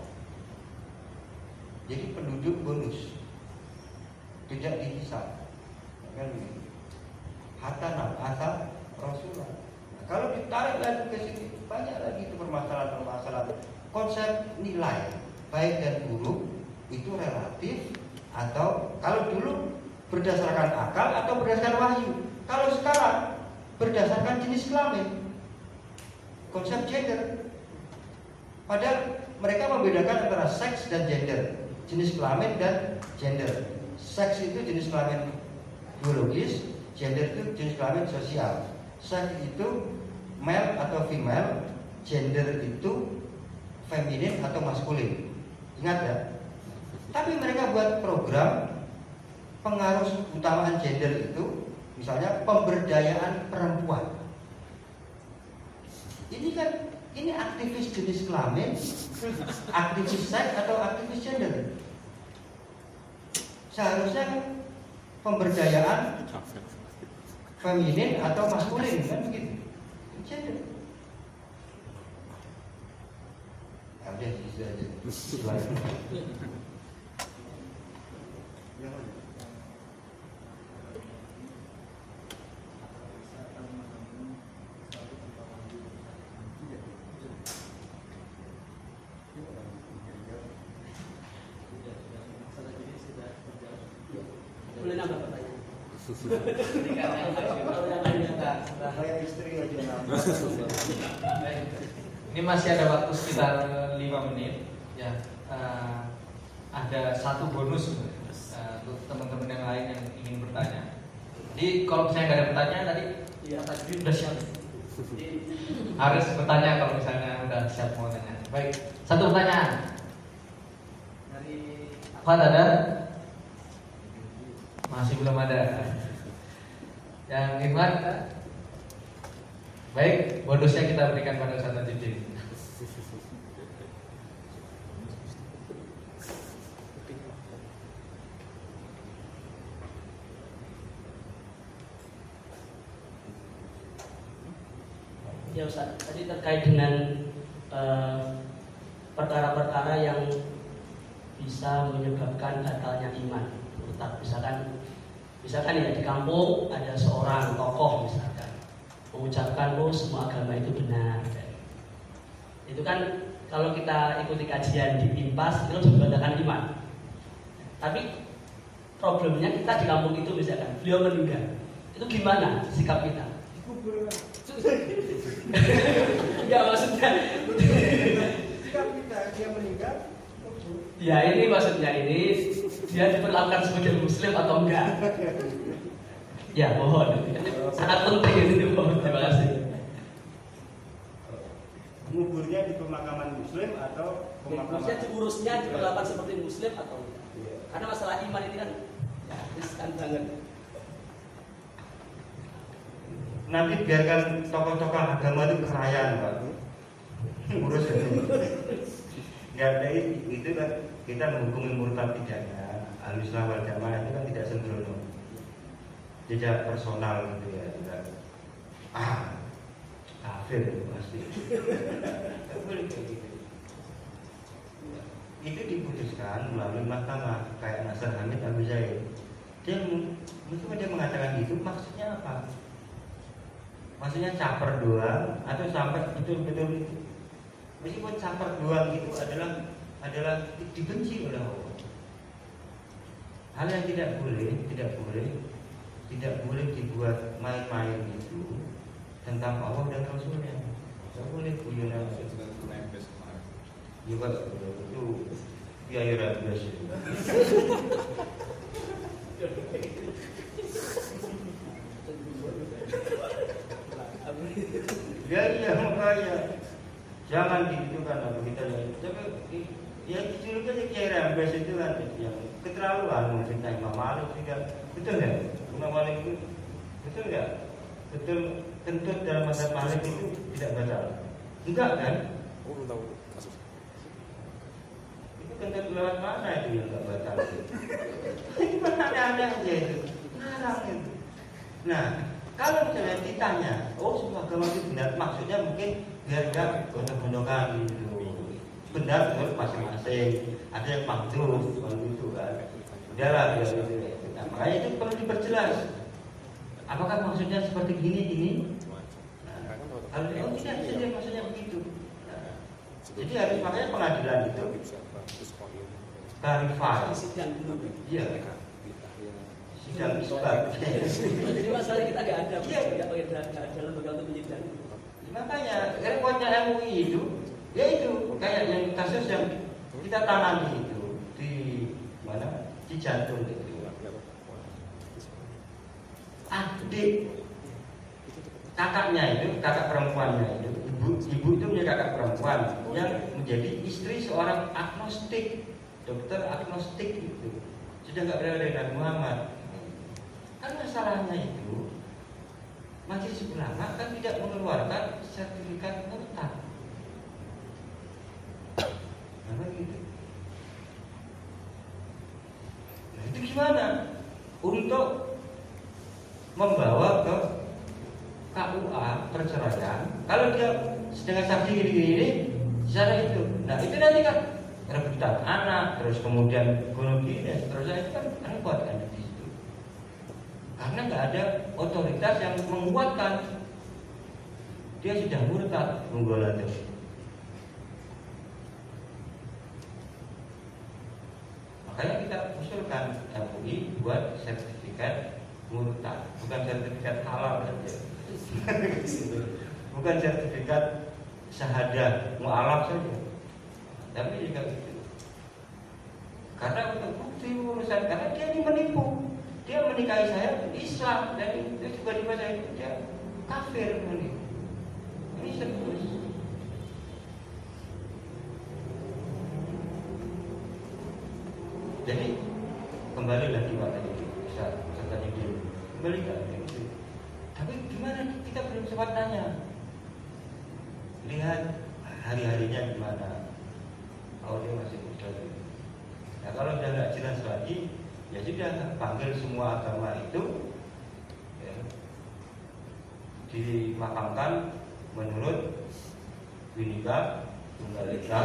Jadi penduduk bonus, tidak dihisab. Kan begitu. Hatta nam asal Rasulullah. Nah, kalau ditarik lagi ke sini banyak lagi itu permasalahan-permasalahan. Konsep nilai baik dan buruk itu relatif, atau kalau dulu berdasarkan akal atau berdasarkan wahyu. Kalau sekarang berdasarkan jenis kelamin, konsep gender. Padahal mereka membedakan antara seks dan gender, jenis kelamin dan gender. Seks itu jenis kelamin biologis, gender itu jenis kelamin sosial. Seks itu male atau female, gender itu feminin atau maskulin. Ingat ya. Tapi mereka buat program pengaruh utamaan gender itu, misalnya pemberdayaan perempuan. Ini kan ini aktivis jenis kelamin, aktivis seks atau aktivis gender. Seharusnya kan pemberdayaan feminin atau maskulin kan begitu. Gender. Ya udah itu aja. Boleh nambah pertanyaan? Kalau yang lain enggak. Kayak istri aja nama. Ini masih ada waktu sekitar lima menit. Ya, uh, ada satu bonus uh, untuk teman-teman yang lain yang ingin bertanya. Jadi kalau misalnya nggak ada pertanyaan tadi, Iya, tadi udah siap. Harus bertanya kalau misalnya udah siap mau tanya. Baik, satu pertanyaan. Dari apa ada? Masih belum ada. Yang Irwan? Baik, bonusnya kita berikan pada Ustaz Tajuddin. Ya Ustaz, tadi terkait dengan eh, perkara-perkara yang bisa menyebabkan batalnya iman. Murtad, misalkan, misalkan ya di kampung ada seorang tokoh misalkan mengucapkan oh semua agama itu benar. Itu kan kalau kita ikuti kajian di Impas itu membatalkan iman. Tapi problemnya kita di kampung itu misalkan beliau meninggal, itu gimana sikap kita? Ya maksudnya Sikap kita dia meninggal. ya ini maksudnya ini dia diperlakukan sebagai muslim atau enggak? Ya mohon, ini sangat penting ini mohon. Terima kasih. Menguburnya di pemakaman muslim atau pemakaman? Maksudnya diurusnya diperlakukan seperti muslim atau enggak? Karena masalah iman ini kan ya riskan banget. Nanti biarkan tokoh-tokoh agama itu kerayan, Pak. Urus itu. Nggak ada itu kan kita menghukumi murtad tidaknya. Ahlussunnah wal Jamaah itu kan tidak sembrono. Tidak personal gitu ya, tidak. Ah, kafir itu pasti. Tidak boleh kayak gitu. Itu diputuskan melalui mahkamah kayak Nasr Hamid Abu Zaid. Dia mungkin dia mengatakan itu maksudnya apa? Maksudnya caper doang atau sampai betul-betul itu. Meskipun caper doang itu adalah adalah dibenci oleh Allah. Hal yang tidak boleh, tidak boleh, tidak boleh dibuat main-main itu tentang Allah dan Rasulnya. Tidak boleh guyonan. Ya Pak, itu biaya rabbas itu. Ya iya makanya jangan digitukan apa kita lihat. Tapi ya julukan aja Kiai Rambes itu kan yang keterlaluan mencintai Imam Malik juga. Betul nggak? Imam Malik itu betul nggak? Betul kentut dalam mazhab Malik itu tidak batal. Enggak kan? Itu kentut lewat mana itu yang nggak batal? Itu kan aneh-aneh aja itu. Ngarang itu. Nah, kalau misalnya ditanya, oh semua agama itu benar, maksudnya mungkin biar nggak gondok-gondokan gitu. Benar menurut masing-masing. Ada yang makduf, kalau gitu kan. Udahlah biar gitu. Nah, makanya itu perlu diperjelas. Apakah maksudnya seperti gini gini? Nah, kalau oh, tidak saja maksudnya begitu. Nah, jadi harus makanya pengadilan itu clarify. Iya. Sidang isbat. Jadi masalah kita nggak ada, Iya. nggak ada nggak ada lembaga untuk menyidang. Makanya repotnya M U I itu, ya itu kayak yang kasus yang kita tangani itu di mana di jantung itu. Adik kakaknya itu, kakak perempuannya itu, ibu ibu itu punya kakak perempuan yang menjadi istri seorang agnostik, dokter agnostik itu sudah nggak berada dari Nabi Muhammad. Kan masalahnya itu Majelis Ulama kan tidak mengeluarkan sertifikat murtad. Kenapa gitu? Nah itu gimana? Untuk membawa ke K U A perceraian, kalau dia dengan saksi gini-gini, secara itu, nah itu nanti kan rebutan anak, terus kemudian bunuh diri dan seterusnya, itu kan repot kan di situ. Karena nggak ada otoritas yang menguatkan dia sudah murtad menggolong itu. Makanya kita usulkan M U I buat sertifikat murtad, bukan sertifikat halal saja. Bukan sertifikat syahadah mu'alaf saja. Tapi juga itu. Karena untuk bukti urusan, karena dia ini menipu. Dia menikahi saya Islam dan itu tiba-tiba saya dia kafir ini. Ini serius. Jadi kembali lagi Pak tadi bisa tadi dulu kembali lagi. Tapi gimana kita belum sempat tanya. Lihat hari-harinya gimana. Kalau dia masih muda. Nah kalau sudah nggak jelas lagi, ya sudah panggil semua agama itu ya, dimakamkan menurut Bhinneka Tunggal Ika.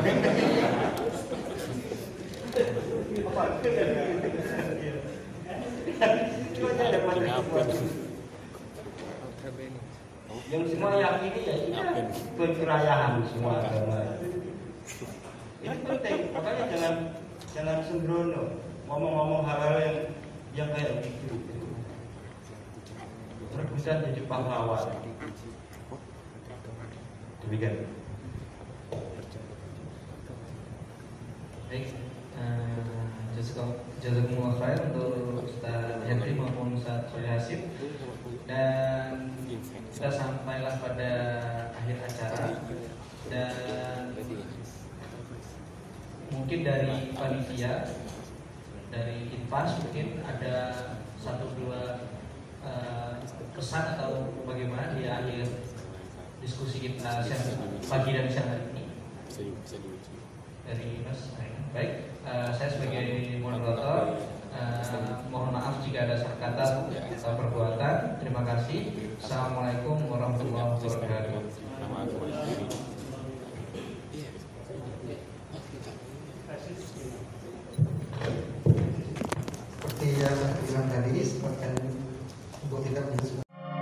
Yang semua yakini ya sudah pencerahan semua agama. Ini penting, makanya jangan jangan sembrono ngomong-ngomong hal-hal yang yang kayak gitu. Rebutan jadi pahlawan. Demikian. Baik, jazakumullah khair untuk Ustaz Henry maupun Ustaz Hasim. Dan kita sampailah pada akhir acara dan mungkin dari panitia, dari Inpas mungkin ada satu dua uh, pesan atau bagaimana di akhir diskusi kita siang, pagi dan siang hari ini. Dari Mas, baik, uh, saya sebagai moderator uh, mohon maaf jika ada salah kata atau perbuatan. Terima kasih. Assalamualaikum warahmatullahi wabarakatuh. Seperti yang saya bilang tadi, seperti untuk tidak menyebut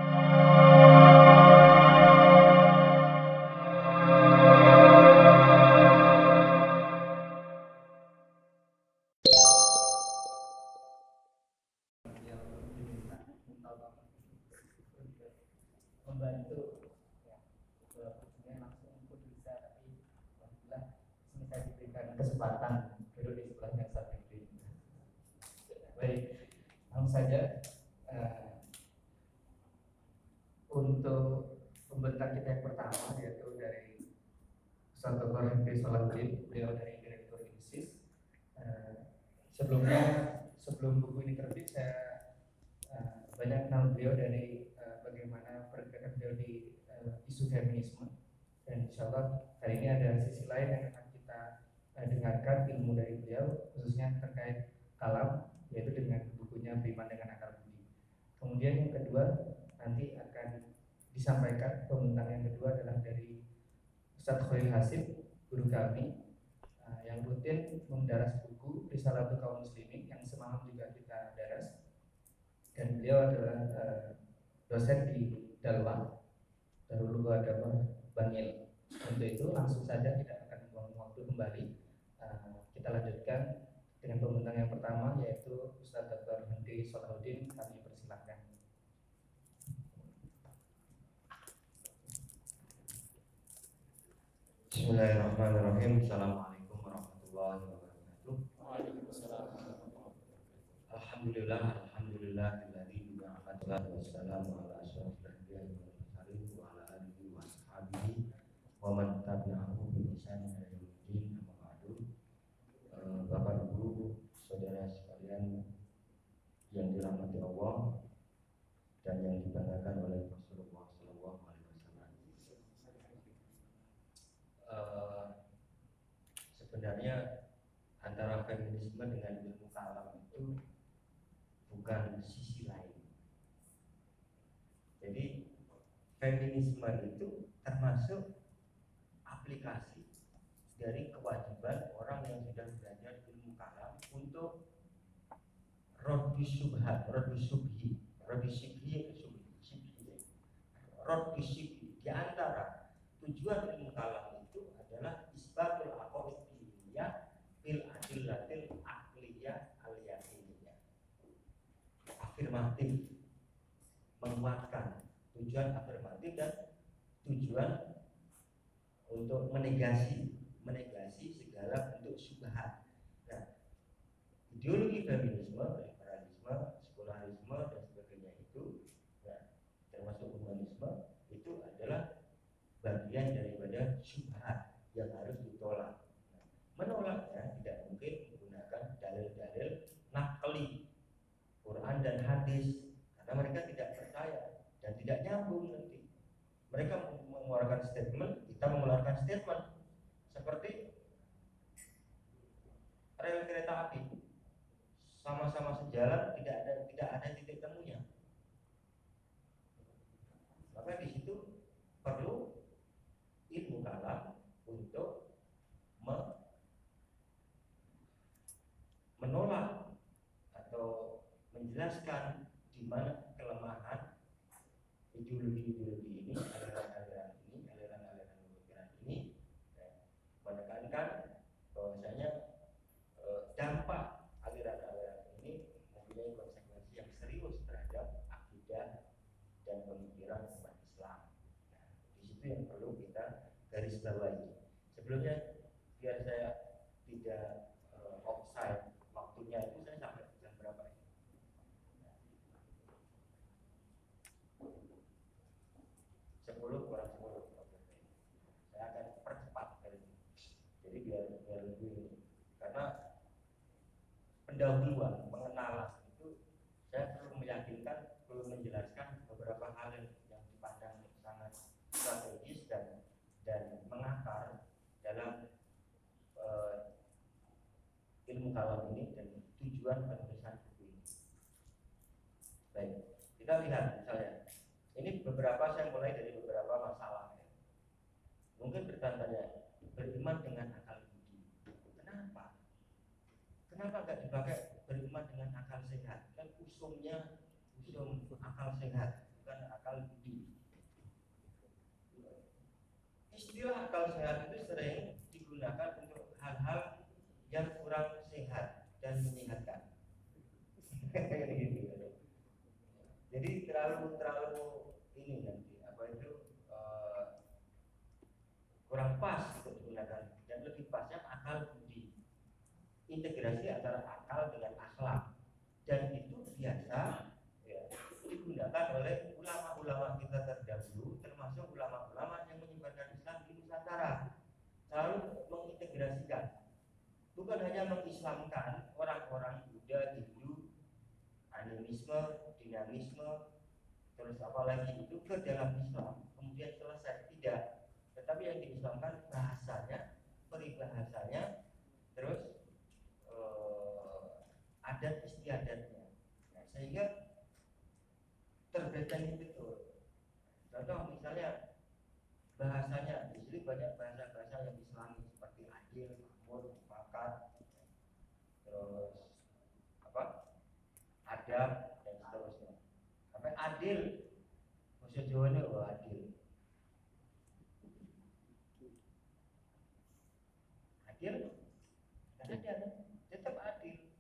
membantu ya, walaupun langsung pun bisa, tapi alhamdulillah ini saya diberikan kesempatan duduk di sebelahnya Ustaz Henry. Baik, langsung saja uh, untuk pembentak kita yang pertama yaitu dari Ustaz Doktor Henry Salahuddin, beliau dari Direktur INSIS. Uh, sebelumnya sebelum buku ini terbit saya uh, banyak kenal beliau dari bagaimana pergerakan beliau di uh, isu feminisme, dan insya Allah hari ini ada sisi lain yang akan kita uh, dengarkan ilmu dari beliau khususnya terkait kalam, yaitu dengan bukunya Beriman dengan Akal Budi. Kemudian yang kedua nanti akan disampaikan pembentang yang kedua adalah dari Ustadz Khalil Hasim, guru kami uh, yang rutin mendaras buku Risalatul Kaum Muslimin yang semalam juga kita daras, dan beliau adalah uh, dosen di Dalwah Darul Ulum Agama Bangil. Untuk itu langsung saja tidak akan membuang waktu kembali. Uh, kita lanjutkan dengan pembentang yang pertama yaitu Ustaz Doktor Henry Salahuddin. Kami persilahkan. Bismillahirrahmanirrahim. Assalamualaikum warahmatullahi wabarakatuh. Waalaikumsalam. Alhamdulillah, alhamdulillah. Wassalatu wassalamu ala asyrofil anbiya'i wal mursalin wa ala alihi wa sahbihi wa man tabi'ahu bi ihsan ila yaumil amma ba'du. Bapak Ibu, saudara sekalian yang dirahmati Allah dan yang dibanggakan oleh Rasulullah sallallahu alaihi wasallam. Uh, sebenarnya antara feminisme dengan ilmu kalam itu bukan sisi lain. Jadi feminisme itu termasuk aplikasi dari kewajiban orang yang sudah belajar ilmu kalam untuk raddu syubhat, raddu syubhi, raddu syubhi, syubhi, raddu syubhi. Di antara tujuan ilmu kalam itu adalah isbatul aqaid diniyah bil adillatil aqliyah al-yaqiniyah. afirmatif, menguatkan, tujuan afirmatif dan tujuan untuk menegasi menegasi segala bentuk syubhat. Nah, ideologi feminisme, liberalisme, sekularisme dan sebagainya itu, nah, termasuk humanisme itu adalah bagian daripada syubhat yang harus ditolak. Nah, menolaknya tidak mungkin menggunakan dalil-dalil nakli Quran dan hadis karena mereka tidak percaya dan tidak nyambung nanti. Mereka mengeluarkan statement, kita mengeluarkan statement seperti rel kereta api sama-sama sejalan, tidak ada tidak ada titik temunya. Maka di situ perlu ilmu kalam untuk me- menolak atau menjelaskan di mana kelemahan ideologi-ideologi ini, aliran-aliran ini, aliran-aliran pemikiran ini, ya, menekankan bahwasanya eh, dampak aliran-aliran ini mempunyai konsekuensi yang serius terhadap akidah dan pemikiran umat Islam. Nah, di situ yang perlu kita garis bawahi. Sebelumnya biar saya tidak uh, offside waktunya itu, saya sampai jam berapa ini? sepuluh kurang sepuluh. Saya akan percepat dari ini. Jadi biar biar lebih, karena pendahuluan pengenalan itu saya perlu meyakinkan, perlu menjelaskan beberapa hal yang dipandang sangat strategis dan dan mengakar dalam uh, ilmu kalam ini dan tujuan penulisan buku ini. Baik, kita lihat misalnya. Ini beberapa, saya mulai dari beberapa masalah ya. Mungkin bertanya, beriman dengan akal budi. Kenapa? Kenapa nggak dipakai beriman dengan akal sehat? Kan usumnya usum akal sehat, bukan akal budi. Istilah akal sehat itu sering digunakan untuk hal-hal yang kurang sehat dan menyehatkan. Jadi terlalu terlalu ini nanti apa itu uh, kurang pas untuk digunakan, dan lebih pasnya akal budi, integrasi antara akal dengan akhlak, dan itu biasa ya, digunakan oleh ulama-ulama kita terdahulu, termasuk ulama-ulama yang menyebarkan Islam di Nusantara, selalu mengintegrasikan, bukan hanya mengislamkan orang-orang Buddha, Hindu, animisme, dinamisme, terus apalagi itu ke dalam Islam, kemudian selesai, tidak. Tetapi yang diislamkan bahasanya, peribahasanya, terus eh, adat istiadatnya. Nah, sehingga terdeteksi betul. Contoh misalnya bahasanya, di sini banyak bahasa-bahasa yang Islami seperti adil, makmur, mufakat, terus apa? Adab dan seterusnya. Sampai adil, bahasa Jawa ini oh, adil. Adil, ada, tetap adil.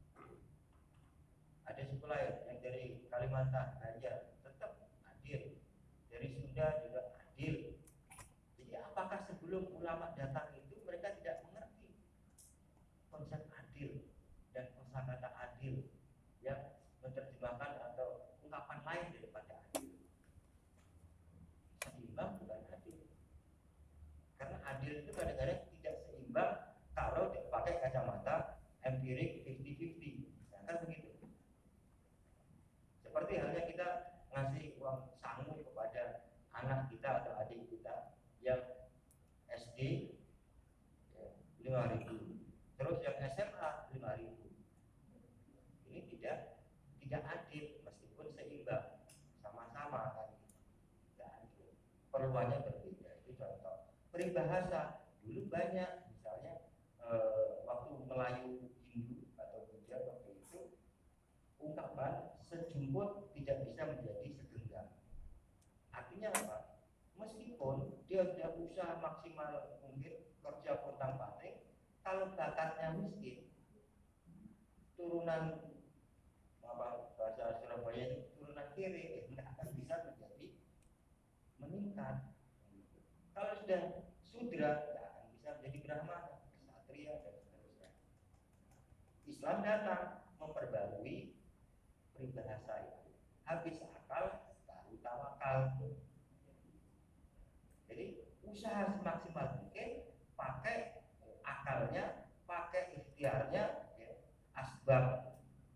Ada suku lain yang dari Kalimantan, Banjar, tetap adil. Dari Sunda juga adil. Jadi apakah sebelum ulama datang itu mereka tidak mengerti konsep adil dan kosakata adil yang menerjemahkan atau ungkapan lain daripada adil? Seimbang bukan adil. Karena adil itu kadang-kadang tidak seimbang kalau dipakai kacamata empirik lima puluh lima puluh. Nah, kan begitu. Seperti halnya kita ngasih uang sangu kepada anak kita atau adik kita yang S D ya, lima ribu, terus yang S M A lima ribu. Ini tidak tidak adil meskipun seimbang, sama-sama kan, tidak adil. Perluannya berbeda. Itu contoh. Peribahasa dulu banyak, misalnya eh, waktu Melayu Hindu atau Buddha waktu itu ungkapan sejumput tidak bisa menjadi segenggam. Artinya apa? Meskipun dia sudah usaha maksimal mungkin, kerja pontang-panting, kalau bakatnya miskin, turunan apa bahasa Surabaya itu turunan kiri, nggak akan bisa menjadi meningkat. Kalau sudah sudra, nggak akan bisa menjadi brahmana, ksatria dan seterusnya. Islam datang memperbarui peribahasa itu. Habis akal baru tawakal. Jadi usaha semaksimal mungkin pakai akalnya, pakai ikhtiarnya, ya, asbab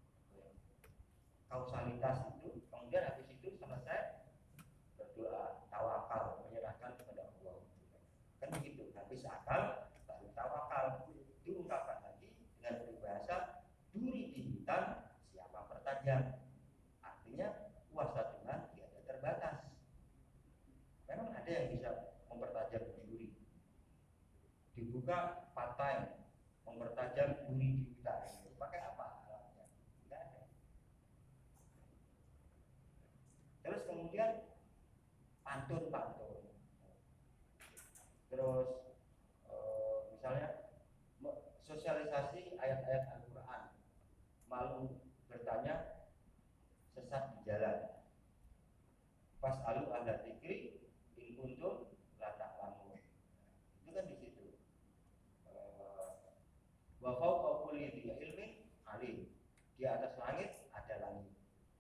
kausalitas itu, kemudian habis itu selesai berdoa, tawakal, menyerahkan kepada Allah. Kan begitu, habis akal baru tawakal. Diungkapkan lagi dengan peribahasa duri di hutan siapa bertajam. Artinya kuasa Tuhan tiada terbatas. Memang ada yang bisa mempertajam duri. Dibuka partai mempertajam duri di hutan. Pakai apa alatnya? Tidak ada. Terus kemudian pantun-pantun. Terus e, misalnya sosialisasi ayat-ayat Al-Quran. Malu bertanya sesat di jalan. Pas alu ada tikri in kuntum la ta'lamun. Itu kan di situ. Wa fawqa kulli dhi ilmin alim. Di atas langit ada langit.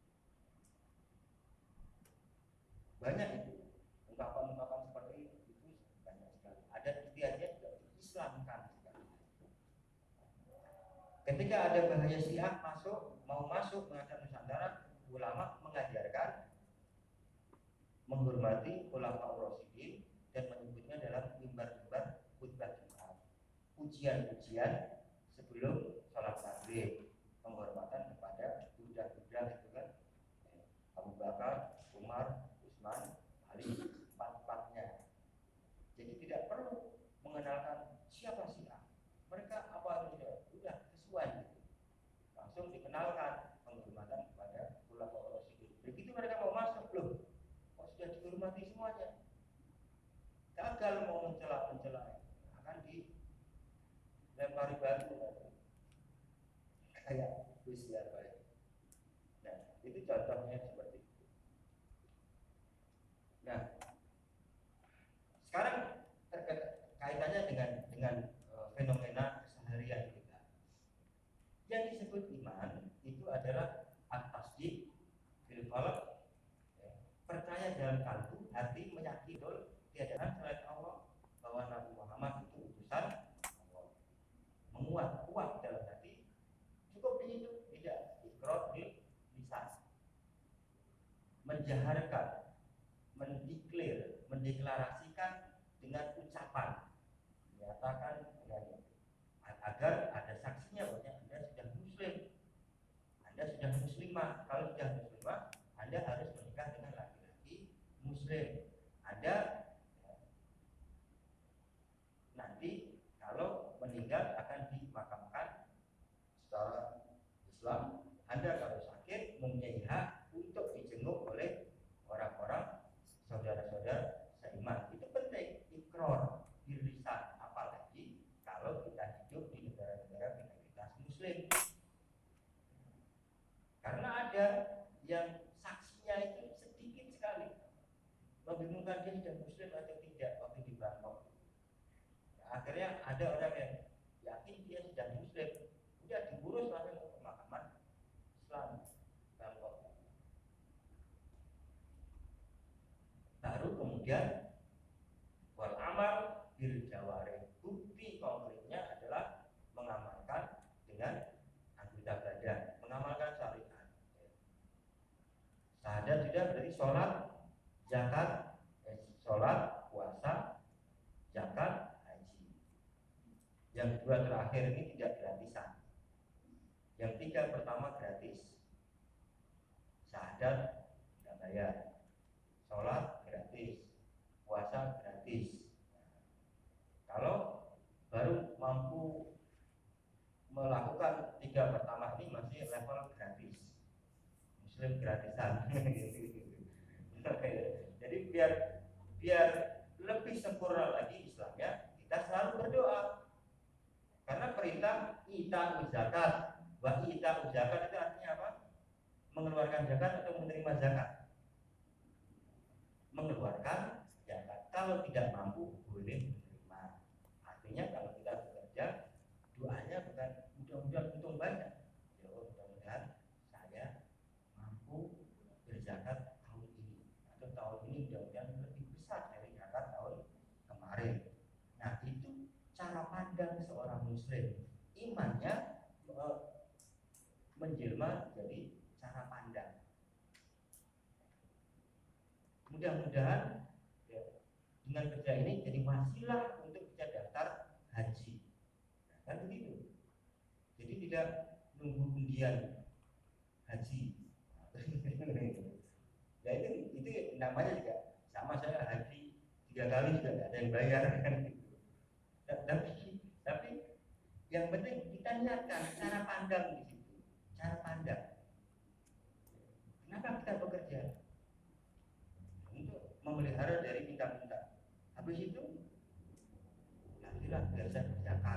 Banyak itu ungkapan-ungkapan seperti itu, itu banyak sekali. Ada istiadatnya juga diislamkan sekali. Ketika ada bahaya Syiah masuk, mau masuk mengajak Nusantara, ulama mengajarkan menghormati ulama Rasyidin dan menyebutnya dalam mimbar-mimbar khutbah Jumat. Pujian-pujian sebelum sholat maghrib, penghormatan kepada budak-budak itu kan, Abu Bakar, Umar, Utsman, Ali, empat-empatnya. Jadi tidak perlu mengenalkan siapa Syiah. Mereka apa saja, sudah sesuai gitu. Langsung dikenalkan penghormatan kepada ulama Rasyidin. Begitu mereka mau masuk, loh, kok sudah dihormati semuanya. Gagal mau mencela-mencela, akan dilempari batu kayak bus ya baik. Nah, itu contohnya seperti itu. Nah, sekarang terkait kaitannya dengan dengan uh, fenomena keseharian kita. Yang disebut iman itu adalah at-tasdiq bil qalb, ya, percaya dalam kalbu, hati meyakini betul tiada selain Allah, bahwa Nabi Muhammad itu utusan Allah. Menguat kuat dalam hati, cukup di itu, tidak iqrar di lisan. Menjaharkan, mendeklar, mendeklarasikan dengan ucapan, menyatakan dengan agar ada saksinya bahwa Anda sudah muslim, Anda sudah muslimah. Kalau sudah muslimah, Anda harus menikah dengan laki-laki muslim. Anda ya, nanti kalau meninggal akan dimakamkan secara Islam. Anda kalau sakit mempunyai hak untuk dijenguk oleh orang-orang saudara-saudara seiman. Itu penting, ikrar di lisan, apalagi kalau kita hidup di negara-negara minoritas muslim. Karena ada yang saksinya itu sedikit sekali, membingungkan dia sudah muslim atau tidak waktu di Bangkok. Nah, akhirnya ada orang yang yakin dia sudah muslim, udah diurus langsung ke pemakaman Islam Bangkok. Baru kemudian wal amal bil jawarih, bukti konkretnya adalah mengamalkan dengan anggota badan, mengamalkan syariat. Syahadat sudah berarti sholat, zakat, eh, sholat, puasa, zakat, haji. Yang dua terakhir ini tidak gratisan. Yang tiga pertama gratis. Syahadat tidak bayar, sholat gratis, puasa gratis. Kalau baru mampu melakukan tiga pertama ini masih level gratis, muslim gratisan. Jadi biar biar lebih sempurna lagi Islamnya, kita selalu berdoa. Karena perintah ita zakat, wa ita zakat itu artinya apa? mengeluarkan zakat atau menerima zakat? Mengeluarkan zakat. Kalau tidak mampu boleh menerima. Artinya kalau kita bekerja, doanya bukan mudah-mudahan untung banyak. Ya mudah-mudahan saya mampu berzakat tahun ini atau tahun ini mudah-mudahan lebih besar dari zakat tahun kemarin. Nah itu cara pandang seorang muslim. Imannya menjelma jadi cara pandang. Mudah-mudahan ya, dengan kerja ini jadi wasilah untuk bisa daftar haji. Nah, kan begitu. Jadi tidak nunggu undian haji. Ya itu itu namanya juga sama, saya haji tiga kali juga tidak ada yang bayar kan. Tapi tapi yang penting kita lihatkan cara pandang di situ, cara pandang. Kenapa kita bekerja? Untuk memelihara dari minta-minta. Habis itu, alhamdulillah biar saya berzakat.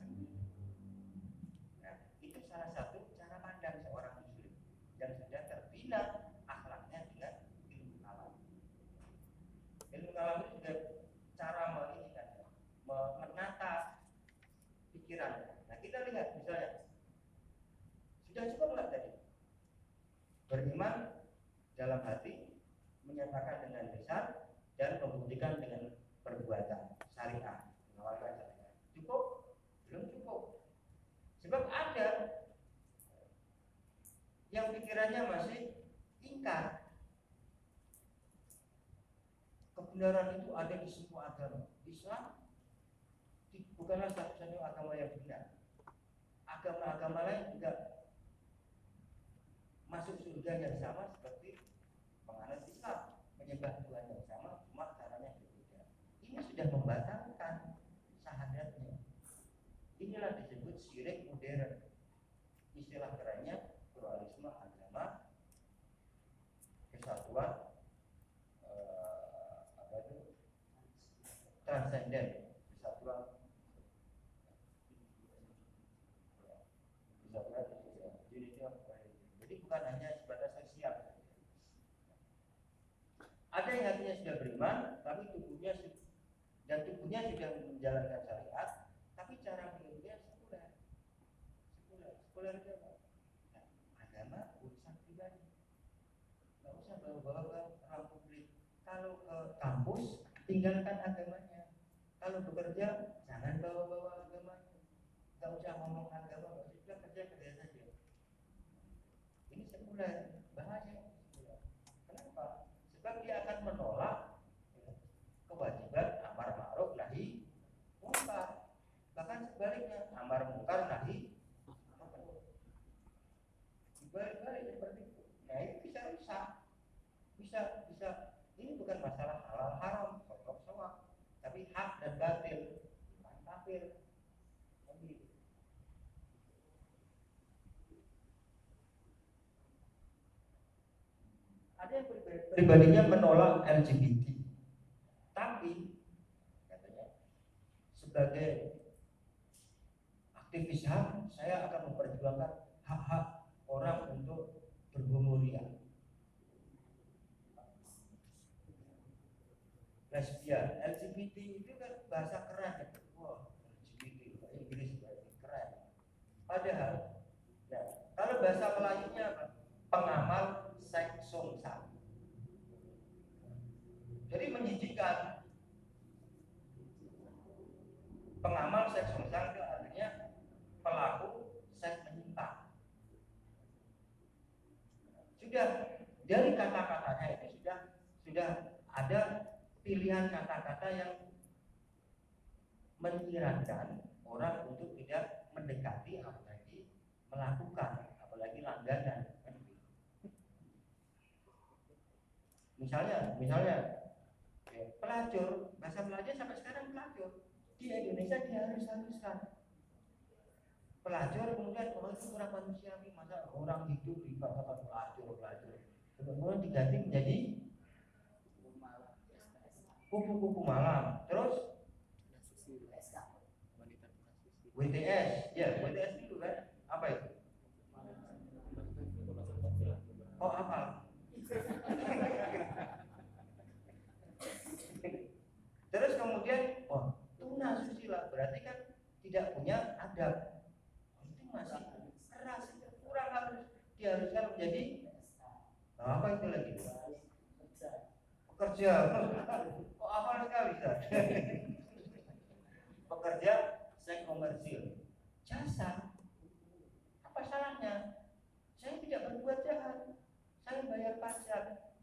Nah, itu salah satu cara pandang seorang muslim yang sudah terbina akhlaknya dengan ilmu kalam. Ilmu kalam itu juga cara menginginkan, menata pikiran. Nah kita lihat misalnya, sudah cukup nggak tadi? Beriman dalam hati, menyatakan dengan lisan, dan membuktikan dengan perbuatan syariah, mengamalkan syariah. Cukup? Belum cukup. Sebab ada yang pikirannya masih ingkar. Kebenaran itu ada di semua agama. Islam bukanlah satu-satunya agama yang benar. Agama-agama lain juga masuk surga yang sama seperti penganut Islam, menyembah Tuhan yang sama, cuma caranya berbeda. Ini sudah membatalkan syahadatnya. Inilah disebut syirik modern. Istilah kerennya pluralisme agama, kesatuan eh, apa itu transenden, kesatuan jadi bukan hanya sebatas sosial. Ada yang hatinya sudah beriman, tapi tubuhnya dan tubuhnya sudah menjalankan syariat, tapi cara hidupnya sekuler. Sekuler, sekuler itu apa? Nah, agama urusan pribadi. Nggak usah bawa-bawa ke ruang publik. Kalau ke kampus, tinggalkan agamanya. Kalau bekerja, jangan bawa-bawa agamanya. Nggak usah ngomong agama, nggak usah kerja kerja saja. Ini sekuler, bahaya. Kenapa? Sebab dia akan menolak ya, kewajiban amar ma'ruf nahi munkar. Bahkan sebaliknya, amar munkar nahi ma'ruf. Dibalik-balik seperti itu. Nah ini bisa rusak. Bisa bisa. Ini bukan masalah halal haram, sokok sowak, tapi hak dan batil, iman kafir. Jadi ada yang pribadinya menolak L G B T, tapi katanya sebagai aktivis H A M saya akan memperjuangkan hak-hak orang untuk berhomoria, lesbian. L G B T itu kan bahasa keren ya. Wah, L G B T Inggris berarti keren. Padahal ya, kalau bahasa Melayunya apa? Pengamal seks sungsang. Jadi menjijikkan. Pengamal seks sungsang itu artinya pelaku seks menyimpang. Sudah dari kata-katanya itu sudah sudah ada pilihan kata-kata yang menyiratkan orang untuk tidak mendekati apalagi melakukan apalagi langganan. Misalnya, misalnya ya, pelacur, bahasa Melayu sampai sekarang pelacur di Indonesia dihalus-haluskan. Pelacur kemudian orang itu kurang manusiawi, masa orang hidup dikatakan pelacur, pelacur. Kemudian diganti menjadi kupu-kupu malam. Terus W T S, ya W T S itu kan apa itu? Pancasila, berarti kan tidak punya adab. Itu masih keras, kurang harus diharuskan menjadi apa itu lagi? Pekerja. Kok apa sekali kan? Pekerja seks komersil, jasa. Apa salahnya? Saya tidak berbuat jahat, saya bayar pajak.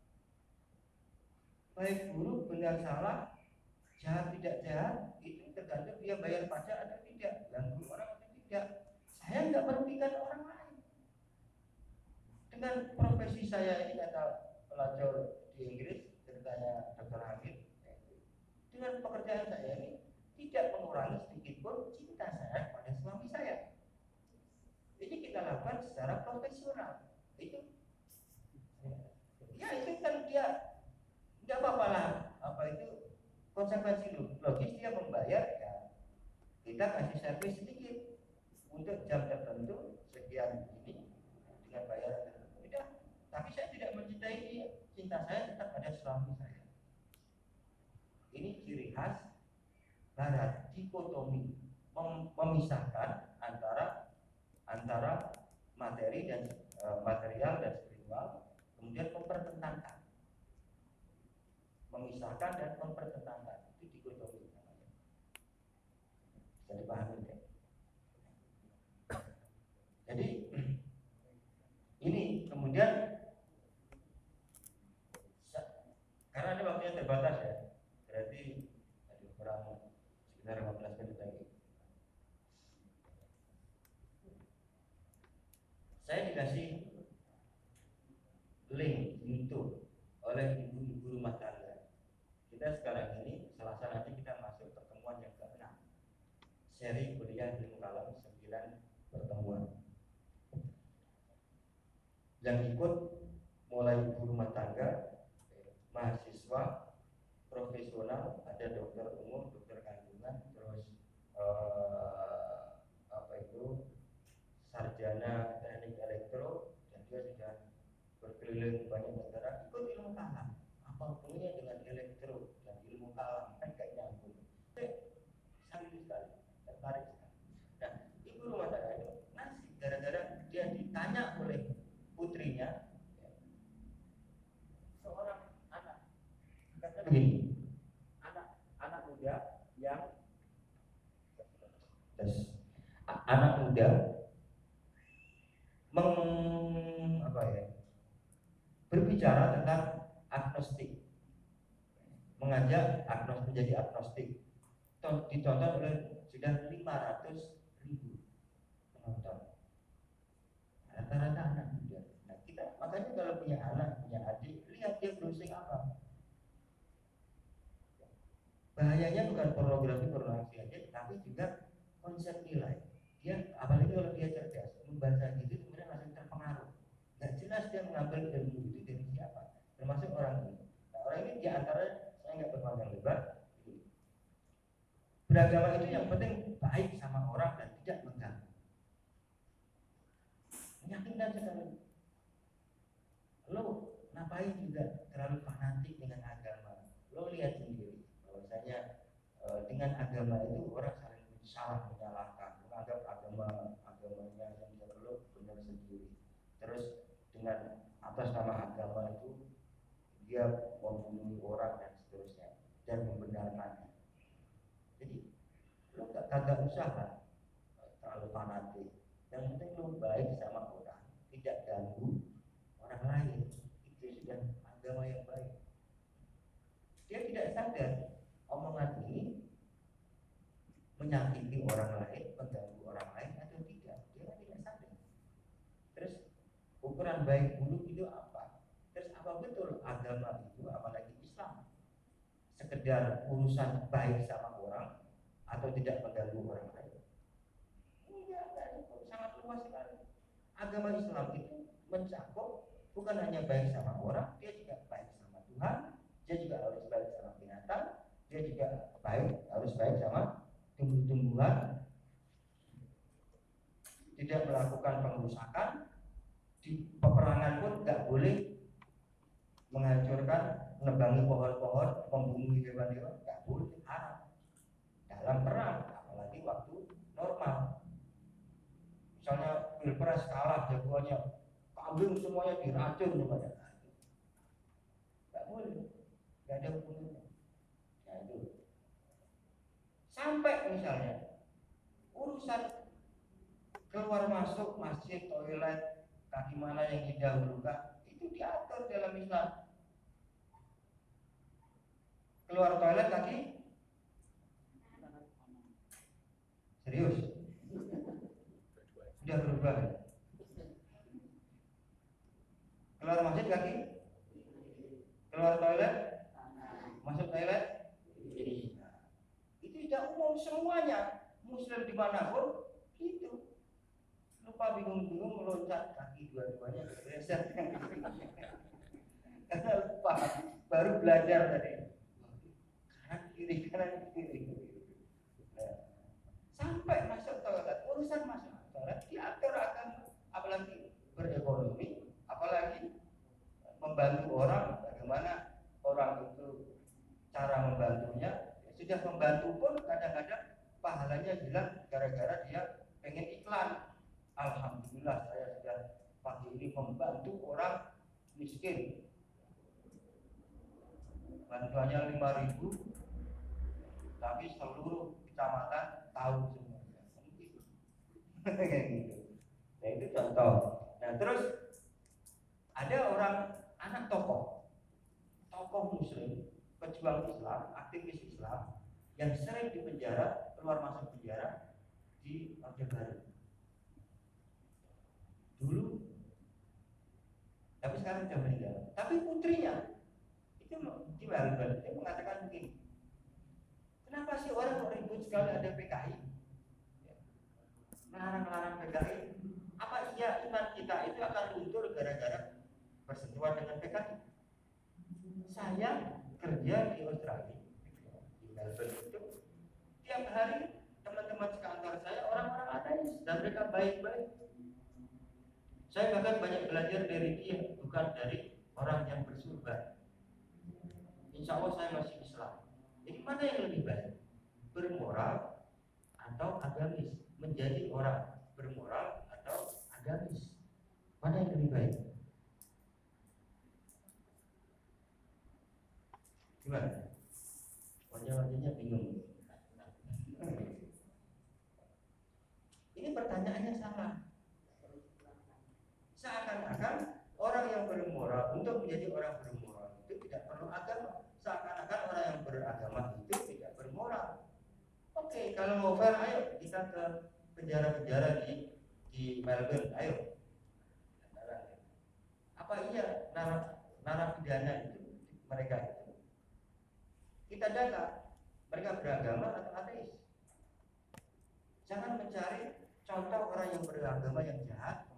Baik buruk, benar salah, jahat tidak jahat, itu tergantung dia bayar pajak atau tidak, ganggu orang atau tidak. Saya nggak merugikan orang lain. Dengan profesi saya ini, kata pelajar di Inggris, ceritanya dokter Hamid, dengan pekerjaan saya ini tidak mengurangi sedikit pun cinta saya pada suami saya. Ini kita lakukan secara profesional. Itu, ya itu kan dia nggak apa-apa lah. Apa itu konsekuensi logis dia membayar, ya kita kasih servis sedikit untuk jam tertentu sekian ini dengan bayaran tertentu. Tidak. Tapi saya tidak mencintai dia. Cinta saya tetap pada suami saya. Ini ciri khas Barat, dikotomi, mem memisahkan antara antara materi dan e, material dan spiritual, kemudian mempertentangkan, memisahkan dan mempertentangkan. Itu dikotomi namanya. Bisa dipahami ya? Jadi ini kemudian karena ini waktunya terbatas ya, berarti aduh, kurang sekitar lima belas menit lagi. Saya dikasih link YouTube oleh ibu-ibu rumah tangga. Kita sekarang ini Selasa nanti kita masuk pertemuan yang keenam, seri kuliah ilmu kalam sembilan pertemuan. Yang ikut mulai ibu rumah tangga, mahasiswa, profesional, ada dokter umum, dokter kandungan, terus eh, apa itu sarjana teknik elektro, dan dia sudah berkeliling banyak negara ikut ilmu kalam. Apa hubungannya dengan elektro dan ilmu kalam? Kan gak nyambung. Sangat sekali, tertarik sekali. Nah, ibu rumah tangga itu nasi gara-gara dia ditanya oleh putrinya, ya, seorang anak, kata begini, anak anak muda yang terus, anak muda meng, apa ya, berbicara tentang agnostik, mengajak agnostik menjadi agnostik, ditonton oleh sudah lima ratus ribu penonton, rata-rata anak muda. Nah kita makanya kalau punya anak, punya adik, lihat dia browsing apa. Bahayanya bukan pornografi pornografi aja, tapi juga konsep nilai. Dia apalagi kalau dia cerdas, membaca gitu kemudian langsung terpengaruh. Nggak jelas dia mengambil ilmu itu dari siapa, termasuk orang ini. Nah, orang ini diantara, saya nggak berpanjang lebar, beragama itu yang penting baik sama orang dan tidak mengganggu. Meyakinkan sekali. Lo ngapain juga terlalu fanatik dengan agama? Lo lihat sendiri bahwasanya e, dengan agama itu orang saling salah menyalahkan, menganggap agama agamanya yang dia peluk benar sendiri. Terus dengan atas nama agama itu dia membunuh orang dan seterusnya dan membenarkannya. Jadi lo gak kagak usah lah terlalu fanatik. Yang penting lo baik sama orang, tidak ganggu orang lain. Itu sudah agama yang baik. Dia tidak sadar omongan ini menyakiti orang lain, mengganggu orang lain atau tidak. Dia tidak sadar. Terus ukuran baik buruk itu apa? Terus apa betul agama itu, apalagi Islam, sekedar urusan baik sama orang atau tidak mengganggu orang lain? Enggak, enggak, sangat luas sekali. Agama Islam itu mencakup bukan hanya baik sama orang, dia juga baik sama Tuhan, dia juga harus baik sama binatang, dia juga baik harus baik sama tumbuh-tumbuhan, tidak melakukan pengerusakan, di peperangan pun nggak boleh menghancurkan, menebangi pohon-pohon, membunuh hewan-hewan, nggak boleh, haram. Dalam perang nggak waktu normal. Misalnya pilpres kalah jagoannya, kambing semuanya diracun semuanya. Nggak boleh, nggak ada hukumnya. Nah itu. Sampai misalnya urusan keluar masuk masjid, toilet, kaki mana yang didahulukan, itu diatur dalam Islam. Keluar toilet kaki serius, sudah berubah. Keluar masjid kaki, keluar toilet, masuk toilet, itu tidak umum semuanya. Muslim dimanapun gitu. Lupa bingung-bingung meloncat kaki dua-duanya bergeser. Karena lupa baru belajar tadi. Kanan kiri kanan kiri. Nah, sampai masuk toilet, urusan masuk toilet diatur akan apalagi berekonomi, apalagi membantu orang, bagaimana orang itu cara membantunya. Ya, sudah membantu pun kadang-kadang pahalanya hilang gara-gara dia pengen iklan. Alhamdulillah saya sudah pagi ini membantu orang miskin, bantuannya lima ribu, tapi seluruh kecamatan tahu semuanya. Kayak gitu. Nah itu contoh. Nah terus ada orang anak tokoh, tokoh Muslim, pejuang Islam, aktivis Islam yang sering dipenjara, keluar masuk penjara di Orde Baru. Dulu, tapi sekarang sudah meninggal. Tapi putrinya itu di Melbourne dia mengatakan begini, kenapa sih orang ribut sekali ada P K I, melarang-larang P K I? Apa iya iman kita itu akan luntur gara-gara bersentuhan dengan P K I? Saya kerja di Australia, di Melbourne itu, tiap hari teman-teman sekantor saya orang-orang ateis dan mereka baik-baik. Saya bahkan banyak belajar dari dia, bukan dari orang yang bersurga. Insya Allah saya masih Islam. Jadi mana yang lebih baik? Bermoral atau agamis? Menjadi orang bermoral atau agamis? Mana yang lebih baik? Gimana? Wajah-wajahnya bingung. Ini pertanyaannya salah. Seakan-akan orang yang bermoral, untuk menjadi orang bermoral itu tidak perlu agama. Seakan-akan orang yang beragama itu tidak bermoral. Oke, kalau mau fair, ayo kita ke penjara-penjara di di Melbourne, ayo. Apa iya narapidana itu mereka itu? Kita data mereka beragama atau ateis. Jangan mencari contoh orang yang beragama yang jahat